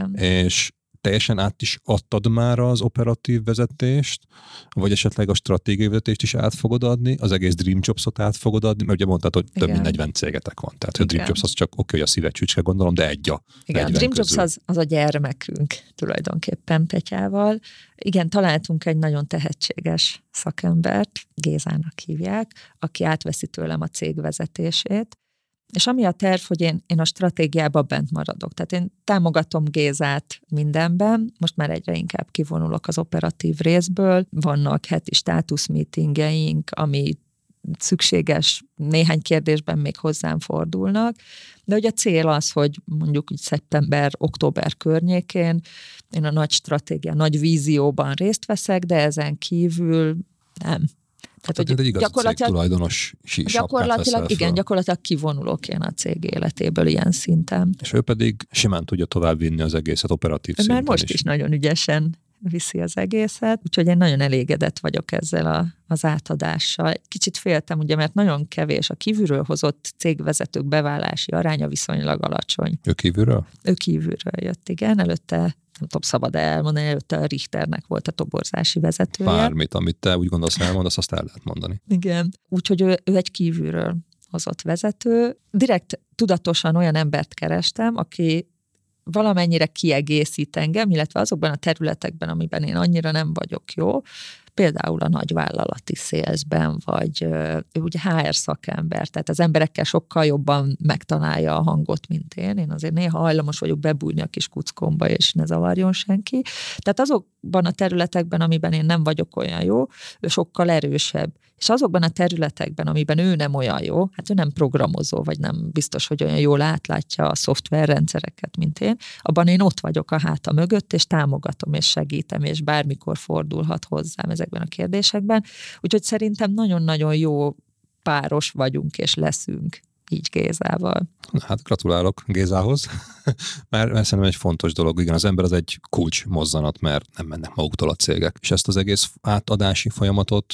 S2: és teljesen át is adtad már az operatív vezetést, vagy esetleg a stratégiai vezetést is át fogod adni, az egész Dream Jobs-ot át fogod adni, mert ugye mondtad, hogy több mint 40 cégetek van. Tehát a Dream Jobs az csak oké, hogy a szívet csücske, gondolom, de egy a
S1: igen, a Dream Jobs az a gyermekünk tulajdonképpen Petyával. Igen, találtunk egy nagyon tehetséges szakembert, Gézának hívják, aki átveszi tőlem a cég vezetését. És ami a terv, hogy én a stratégiában bent maradok. Tehát én támogatom Gézát mindenben, most már egyre inkább kivonulok az operatív részből, vannak heti státuszmeetingeink, ami szükséges, néhány kérdésben még hozzám fordulnak, de ugye a cél az, hogy mondjuk szeptember-október környékén én a nagy stratégia, nagy vízióban részt veszek, de ezen kívül nem.
S2: Tehát egy igaz cégtulajdonos
S1: gyakorlatilag, igen, gyakorlatilag kivonulok én a cég életéből ilyen szinten.
S2: És ő pedig simán tudja továbbvinni az egészet operatív szinten.
S1: Mert most is nagyon ügyesen viszi az egészet, úgyhogy én nagyon elégedett vagyok ezzel az átadással. Kicsit féltem, ugye, mert nagyon kevés a kívülről hozott cégvezetők beválási aránya viszonylag alacsony.
S2: Ő kívülről?
S1: Ő kívülről jött, igen, előtte nem tudom, szabad elmondani, előtte a Richternek volt a toborzási vezetője.
S2: Bármit, amit te úgy gondolsz, elmondasz, azt el lehet mondani.
S1: Igen, úgyhogy ő egy kívülről hozott vezető. Direkt tudatosan olyan embert kerestem, aki valamennyire kiegészít engem, illetve azokban a területekben, amiben én annyira nem vagyok jó, például a nagyvállalati szélzben, vagy ő ugye HR szakember, tehát az emberekkel sokkal jobban megtalálja a hangot, mint én. Én azért néha hajlamos vagyok bebújni a kis kuckomba, és ne zavarjon senki. Tehát azokban a területekben, amiben én nem vagyok olyan jó, ő sokkal erősebb. És azokban a területekben, amiben ő nem olyan jó, hát ő nem programozó, vagy nem biztos, hogy olyan jól átlátja a szoftverrendszereket, mint én, abban én ott vagyok a háta mögött, és támogatom, és segítem, és bármikor fordulhat hozzám ezekben a kérdésekben. Úgyhogy szerintem nagyon-nagyon jó páros vagyunk, és leszünk így Gézával.
S2: Hát gratulálok Gézához, mert szerintem egy fontos dolog. Igen, az ember az egy kulcs mozzanat, mert nem mennek maguktól a cégek. És ezt az egész átadási folyamatot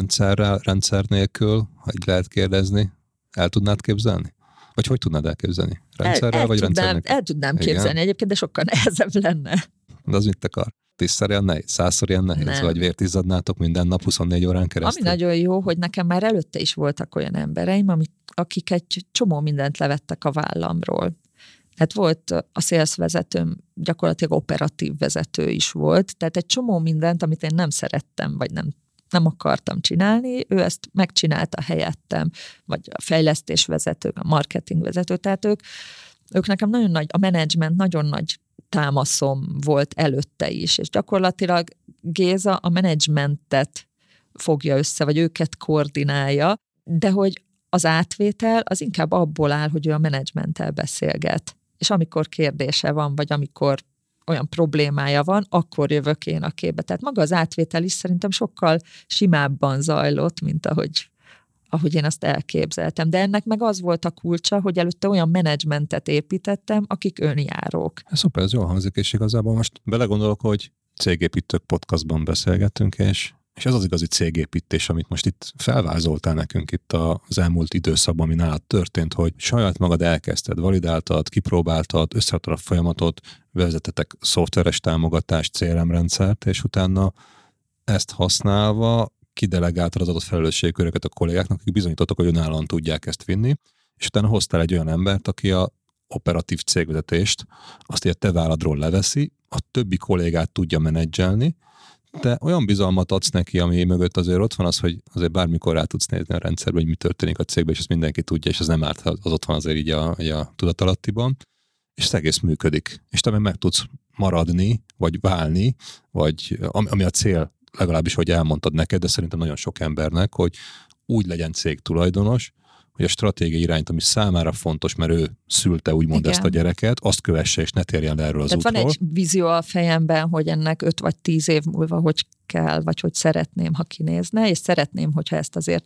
S2: rendszer nélkül, ha így lehet kérdezni, el tudnád képzelni? Vagy hogy tudnád elképzelni? Rendszerrel vagy rendszer nélkül?
S1: El tudnám képzelni egyébként, de sokkal nehezebb lenne.
S2: De az mit akar? 10-szer ilyen nehéz, 100-szor ilyen nehéz, nem. Vagy vért izzadnátok minden nap 24 órán keresztül?
S1: Ami nagyon jó, hogy nekem már előtte is voltak olyan embereim, akik egy csomó mindent levettek a vállamról. Tehát volt a sales vezetőm, gyakorlatilag operatív vezető is volt, tehát egy csomó mindent, amit én nem szerettem, vagy nem akartam csinálni, ő ezt megcsinálta helyettem, vagy a fejlesztés vezetők, a marketing vezető, tehát ők ők nekem nagyon nagy, a menedzsment nagyon nagy támaszom volt előtte is, és gyakorlatilag Géza a menedzsmentet fogja össze, vagy őket koordinálja, de hogy az átvétel az inkább abból áll, hogy ő a menedzsmenttel beszélget. És amikor kérdése van, vagy amikor olyan problémája van, akkor jövök én a képbe. Tehát maga az átvétel is szerintem sokkal simábban zajlott, mint ahogy én azt elképzeltem. De ennek meg az volt a kulcsa, hogy előtte olyan menedzsmentet építettem, akik önjárók.
S2: Szuper, ez jól hangzik, és igazából most belegondolok, hogy Cégépítők podcastban beszélgettünk, és ez az igazi cégépítés, amit most itt felvázoltál nekünk itt az elmúlt időszakban, ami nálad történt, hogy saját magad elkezdted, validáltad, kipróbáltad, összeadtad a folyamatot, vezetetek szoftveres támogatást, CRM rendszert, és utána ezt használva kidelegáltad az adott felelősségköröket a kollégáknak, akik bizonyítottak, hogy önállóan tudják ezt vinni, és utána hoztál egy olyan embert, aki a operatív cégvezetést azt a te válladról leveszi, a többi kollégát tudja menedzselni, de olyan bizalmat adsz neki, ami mögött azért ott van az, hogy azért bármikor rá tudsz nézni a rendszerbe, hogy mi történik a cégben, és ezt mindenki tudja, és ez nem árt, az ott van azért így a tudatalattiban, és ez egész működik. És te meg tudsz maradni, vagy válni, vagy ami a cél, legalábbis, hogy elmondtad neked, de szerintem nagyon sok embernek, hogy úgy legyen cégtulajdonos, hogy a stratégiai irányt, ami számára fontos, mert ő szülte úgymond ezt a gyereket, azt kövesse, és ne térjen le erről az útról.
S1: Van egy vízió a fejemben, hogy ennek 5 vagy 10 év múlva hogy kell, vagy hogy szeretném, ha kinézne, és szeretném, hogyha ezt azért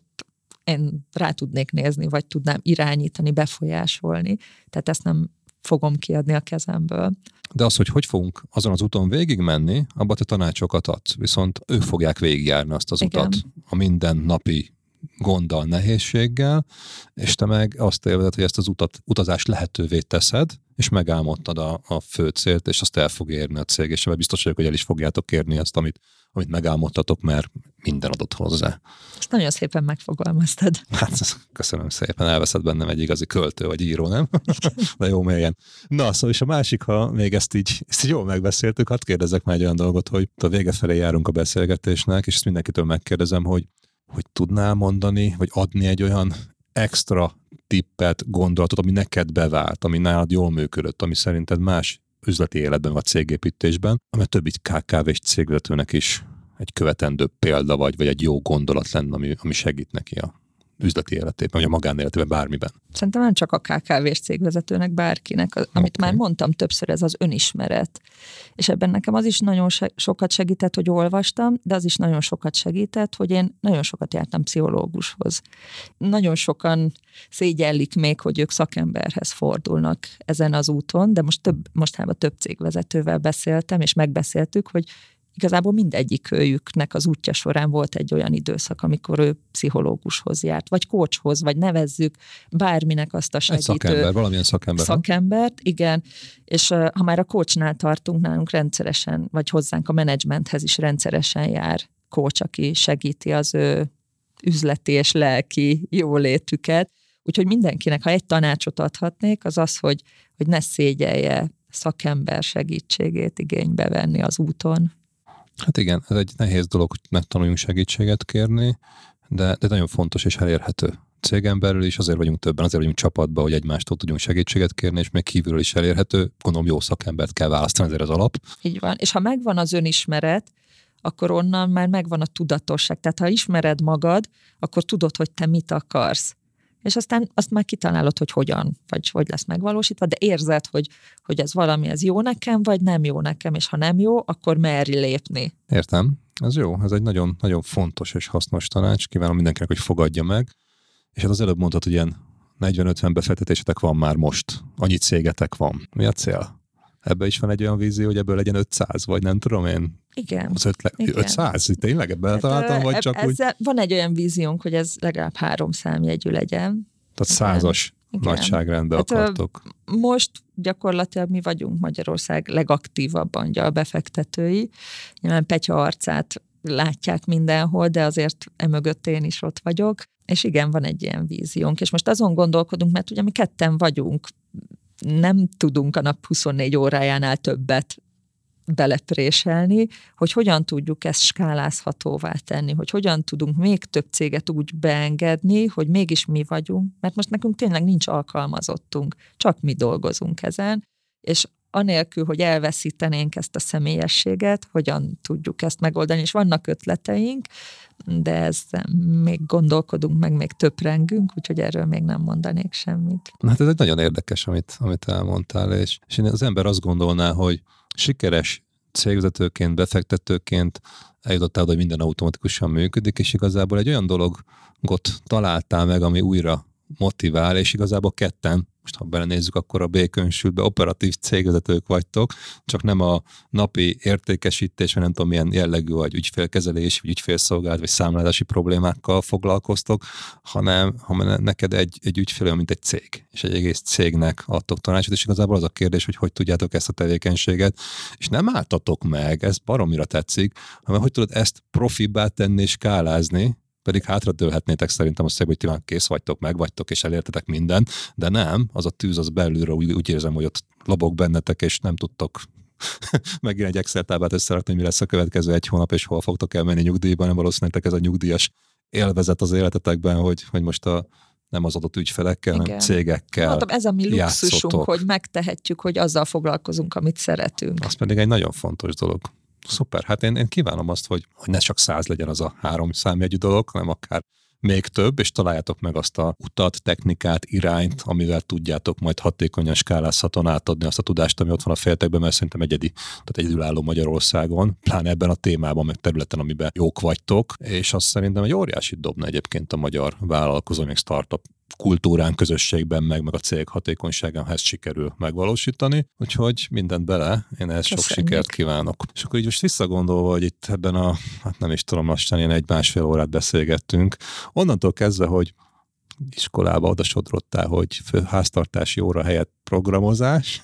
S1: én rá tudnék nézni, vagy tudnám irányítani, befolyásolni. Tehát ezt nem fogom kiadni a kezemből.
S2: De az, hogy fogunk azon az úton végigmenni, abban te tanácsokat adsz. Viszont ők fogják végigjárni azt az utat a mindennapi gonddal, nehézséggel, és te meg azt élvezed, hogy ezt az utazást lehetővé teszed, és megálmodtad a fő célt, és azt el fog érni a cég, és ebben biztos vagyok, hogy el is fogjátok érni azt, amit megálmodtatok, mert minden adott hozzá.
S1: Ezt nagyon szépen megfogalmaztad.
S2: Hát, köszönöm szépen, elveszed bennem egy igazi költő vagy író, nem? De jó mélyen. Na, szóval és a másik, ha még ezt így jól megbeszéltük, hadd kérdezzek már egy olyan dolgot, hogy a vége felé járunk a beszélgetésnek, és ezt mindenkitől megkérdezem, hogy tudnál mondani, vagy adni egy olyan extra tippet, gondolatot, ami neked bevált, ami nálad jól működött, ami szerinted más üzleti életben vagy cégépítésben, ami a többi KKV-s cégvezetőnek is egy követendő példa vagy egy jó gondolat lenne, ami segít neki a üzleti életében, vagy a magánéletében, bármiben.
S1: Szerintem nem csak a KKV-s cégvezetőnek, bárkinek, amit már mondtam többször, ez az önismeret. És ebben nekem az is nagyon sokat segített, hogy olvastam, de az is nagyon sokat segített, hogy én nagyon sokat jártam pszichológushoz. Nagyon sokan szégyellik még, hogy ők szakemberhez fordulnak ezen az úton, de mostanában több cégvezetővel beszéltem, és megbeszéltük, hogy igazából mindegyik őjüknek az útja során volt egy olyan időszak, amikor ő pszichológushoz járt, vagy coachhoz, vagy nevezzük bárminek azt a segítő.
S2: Egy szakember, valamilyen szakember.
S1: Szakembert, igen. És ha már a coachnál tartunk, nálunk rendszeresen, vagy hozzánk a menedzsmenthez is rendszeresen jár coach, aki segíti az ő üzleti és lelki jólétüket. Úgyhogy mindenkinek, ha egy tanácsot adhatnék, az az, hogy ne szégyelje szakember segítségét igénybe venni az úton.
S2: Hát igen, ez egy nehéz dolog, hogy megtanuljunk segítséget kérni, de nagyon fontos és elérhető. Cégen belül is azért vagyunk többen, azért vagyunk csapatban, hogy egymástól tudjunk segítséget kérni, és még kívülről is elérhető. Gondolom jó szakembert kell választani, ezért az alap.
S1: Így van, és ha megvan az önismeret, akkor onnan már megvan a tudatosság. Tehát ha ismered magad, akkor tudod, hogy te mit akarsz. És aztán azt már kitalálod, hogy hogyan, vagy hogy lesz megvalósítva, de érzed, hogy ez valami, ez jó nekem, vagy nem jó nekem, és ha nem jó, akkor merj lépni.
S2: Értem, ez jó, ez egy nagyon, nagyon fontos és hasznos tanács, kívánom mindenkinek, hogy fogadja meg, és hát az előbb mondtad, hogy ilyen 40-50 befektetésetek van már most, annyi cégetek van. Mi a cél? Ebben is van egy olyan vízió, hogy ebből legyen 500, vagy nem tudom én.
S1: Igen.
S2: Az 500? Tényleg ebben találtam, vagy csak úgy?
S1: Van egy olyan víziónk, hogy ez legalább 3 számjegyű legyen.
S2: Tehát 100-as nagyságrendben akartok.
S1: Most gyakorlatilag mi vagyunk Magyarország legaktívabb angyalbefektetői. Nyilván Petya arcát látják mindenhol, de azért emögött én is ott vagyok. És igen, van egy ilyen víziónk. És most azon gondolkodunk, mert ugye mi ketten vagyunk, nem tudunk a nap 24 órájánál többet belepréselni, hogy hogyan tudjuk ezt skálázhatóvá tenni, hogy hogyan tudunk még több céget úgy beengedni, hogy mégis mi vagyunk, mert most nekünk tényleg nincs alkalmazottunk, csak mi dolgozunk ezen, és anélkül, hogy elveszítenénk ezt a személyességet, hogyan tudjuk ezt megoldani, és vannak ötleteink, de ezzel még gondolkodunk, meg még töprengünk, úgyhogy erről még nem mondanék semmit.
S2: Hát ez egy nagyon érdekes, amit elmondtál, és az ember azt gondolná, hogy sikeres cégvezetőként, befektetőként eljutottál, hogy minden automatikusan működik, és igazából egy olyan dologot találtál meg, ami újra motivál, és igazából ketten, most ha belenézzük, akkor a békönsültbe operatív cégvezetők vagytok, csak nem a napi értékesítés, vagy nem tudom milyen jellegű, vagy ügyfélkezelés, vagy ügyfélszolgálat, vagy számlázási problémákkal foglalkoztok, hanem neked egy ügyfél olyan, mint egy cég, és egy egész cégnek adtok tanácsot, és igazából az a kérdés, hogy tudjátok ezt a tevékenységet, és nem álltatok meg, ez baromira tetszik, hanem hogy tudod ezt profibbá tenni és skálázni, pedig hátradőlhetnétek szerintem a szeg, hogy ti már kész vagytok, meg vagytok, és elértetek mindent, de nem, az a tűz az belülről úgy érzem, hogy ott lobog bennetek, és nem tudtok megint egy Excel táblát összerakni, hogy mi lesz a következő 1 hónap, és hol fogtok elmenni nyugdíjba, nem valószínűleg ez a nyugdíjas élvezet az életetekben, hogy most nem az adott ügyfelekkel, igen, hanem cégekkel
S1: mondtam, ez a mi luxusunk,
S2: játszotok.
S1: Hogy megtehetjük, hogy azzal foglalkozunk, amit szeretünk.
S2: Az pedig egy nagyon fontos dolog. Szuper, hát én kívánom azt, hogy ne csak 100 legyen az a 3 számjegyű dolog, hanem akár még több, és találjátok meg azt a utat, technikát, irányt, amivel tudjátok majd hatékonyan skálázhatóan átadni azt a tudást, ami ott van a fejetekben, mert szerintem tehát egyedülálló Magyarországon, pláne ebben a témában, meg területen, amiben jók vagytok, és azt szerintem egy óriásit dobna egyébként a magyar vállalkozó, még startup kultúrán, közösségben, meg a cég hatékonyságán, ha ezt sikerül megvalósítani. Úgyhogy mindent bele, én ehhez sok sikert kívánok. És akkor így most visszagondolva, hogy itt ebben nem is tudom, lassan ilyen 1-1,5 órát beszélgettünk, onnantól kezdve, hogy iskolába odasodrottál, hogy háztartási óra helyett programozás,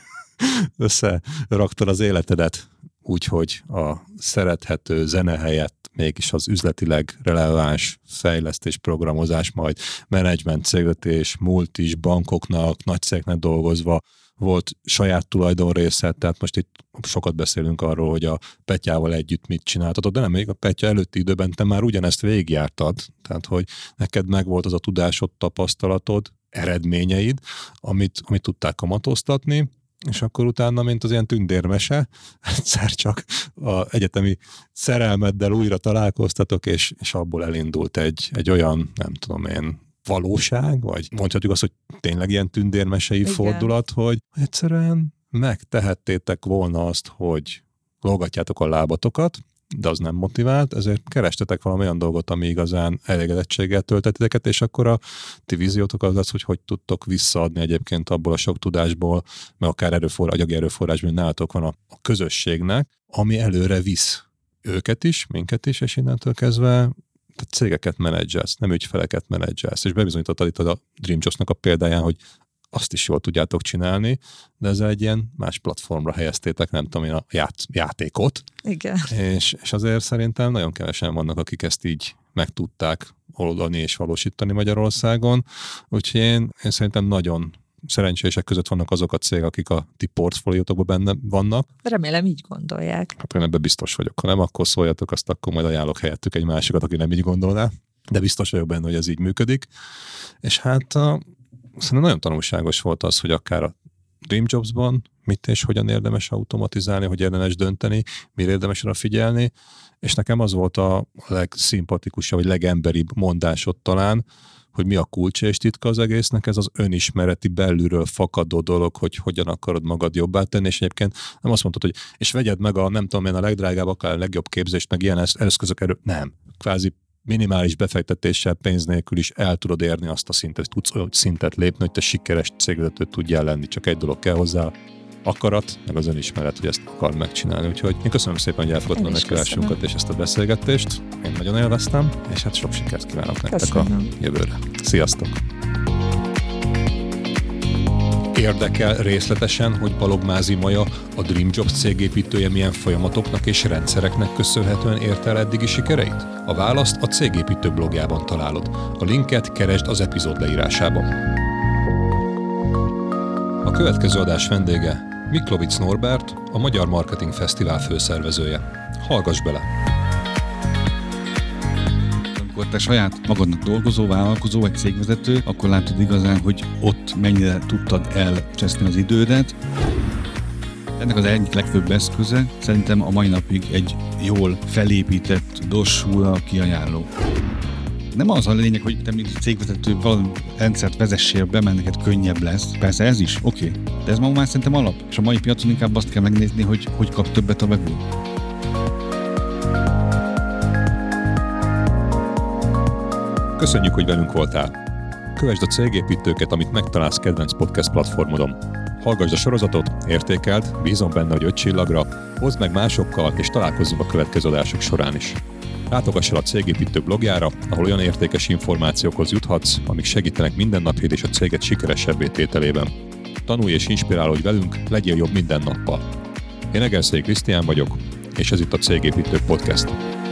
S2: összeraktad az életedet úgy, hogy a szerethető zene helyett mégis az üzletileg releváns fejlesztés, programozás, majd menedzsment, cégvetés, multis, bankoknak, nagy cégeknek dolgozva, volt saját tulajdonrészed, tehát most itt sokat beszélünk arról, hogy a Petyával együtt mit csináltatod, de nem, még a Petya előtti időben te már ugyanezt végigjártad, tehát hogy neked megvolt az a tudásod, tapasztalatod, eredményeid, amit tudták kamatoztatni, és akkor utána, mint az ilyen tündérmese, egyszer csak az egyetemi szerelmeddel újra találkoztatok, és abból elindult egy olyan, nem tudom én, valóság, vagy mondhatjuk azt, hogy tényleg ilyen tündérmesei igen, fordulat, hogy egyszerűen megtehettétek volna azt, hogy lógatjátok a lábatokat, de az nem motivált, ezért kerestetek valami olyan dolgot, ami igazán elégedettséggel töltetiteket, és akkor a ti víziótok az, hogy tudtok visszaadni egyébként abból a sok tudásból, meg akár anyagi erőforrásból, hogy nálatok van a közösségnek, ami előre visz őket is, minket is, és innentől kezdve cégeket menedzselsz, nem ügyfeleket menedzselsz, és bebizonyítottad itt a DreamJobs-nak a példáján, hogy azt is jól tudjátok csinálni, de ez egy ilyen más platformra helyeztétek, nem tudom én, a játékot.
S1: Igen.
S2: És azért szerintem nagyon kevesen vannak, akik ezt így meg tudták oldani és valósítani Magyarországon. Úgyhogy én szerintem nagyon szerencsések között vannak azok a cégek, akik a ti portfóliótokban benne vannak.
S1: Remélem így gondolják.
S2: Hát én ebben biztos vagyok. Ha nem, akkor szóljatok, azt akkor majd ajánlok helyettük egy másikat, aki nem így gondolná. De biztos vagyok benne, hogy ez így működik. És hát szerintem nagyon tanulságos volt az, hogy akár a DreamJobs-ban mit és hogyan érdemes automatizálni, hogy érdemes dönteni, mire érdemes rá figyelni, és nekem az volt a legszimpatikusabb, vagy legemberibb mondásod talán, hogy mi a kulcsa és titka az egésznek, ez az önismereti belülről fakadó dolog, hogy hogyan akarod magad jobbá tenni, és egyébként nem azt mondtad, hogy és vegyed meg a nem tudom én a legdrágább, akár a legjobb képzést, meg ilyen eszközök nem. Kvázi minimális befektetéssel, pénz nélkül is el tudod érni azt a szintet, tudsz olyan szintet lépni, hogy te sikeres cégvezető tudjál lenni. Csak egy dolog kell hozzá, akarat, meg az önismeret, hogy ezt akar megcsinálni. Úgyhogy én köszönöm szépen, hogy elfogadtam a meghívásunkat és ezt a beszélgetést. Én nagyon élveztem, és hát sok sikert kívánok nektek a jövőre. Sziasztok! Érdekel részletesen, hogy Balogh Mázi Maja, a DreamJobs cégépítője milyen folyamatoknak és rendszereknek köszönhetően érte el eddigi sikereit? A választ a Cégépítő blogjában találod. A linket keresd az epizód leírásában. A következő adás vendége Miklovics Norbert, a Magyar Marketing Fesztivál főszervezője. Hallgass bele!
S3: Amikor te saját magadnak dolgozó, vállalkozó vagy cégvezető, akkor látod igazán, hogy ott mennyire tudtad elcseszni az idődet. Ennek az egyik legfőbb eszköze szerintem a mai napig egy jól felépített dossúra kiajánló. Nem az a lényeg, hogy te mint cégvezető valami rendszert vezessél be, mert neked könnyebb lesz. Persze ez is, oké. De ez már szerintem alap. És a mai piacon inkább azt kell megnézni, hogy kap többet a vevő.
S2: Köszönjük, hogy velünk voltál! Kövesd a cégépítőket, amit megtalálsz kedvenc podcast platformodon. Hallgassd a sorozatot, értékeld, bízom benne, hogy 5 csillagra, hozd meg másokkal, és találkozzunk a következő adások során is. Látogass el a Cégépítő blogjára, ahol olyan értékes információkhoz juthatsz, amik segítenek mindennapjét és a céget sikeresebbé tételében. Tanulj és inspirálódj velünk, legyél jobb minden nappal. Én Egerszegi Krisztián vagyok, és ez itt a Cégépítő Podcast.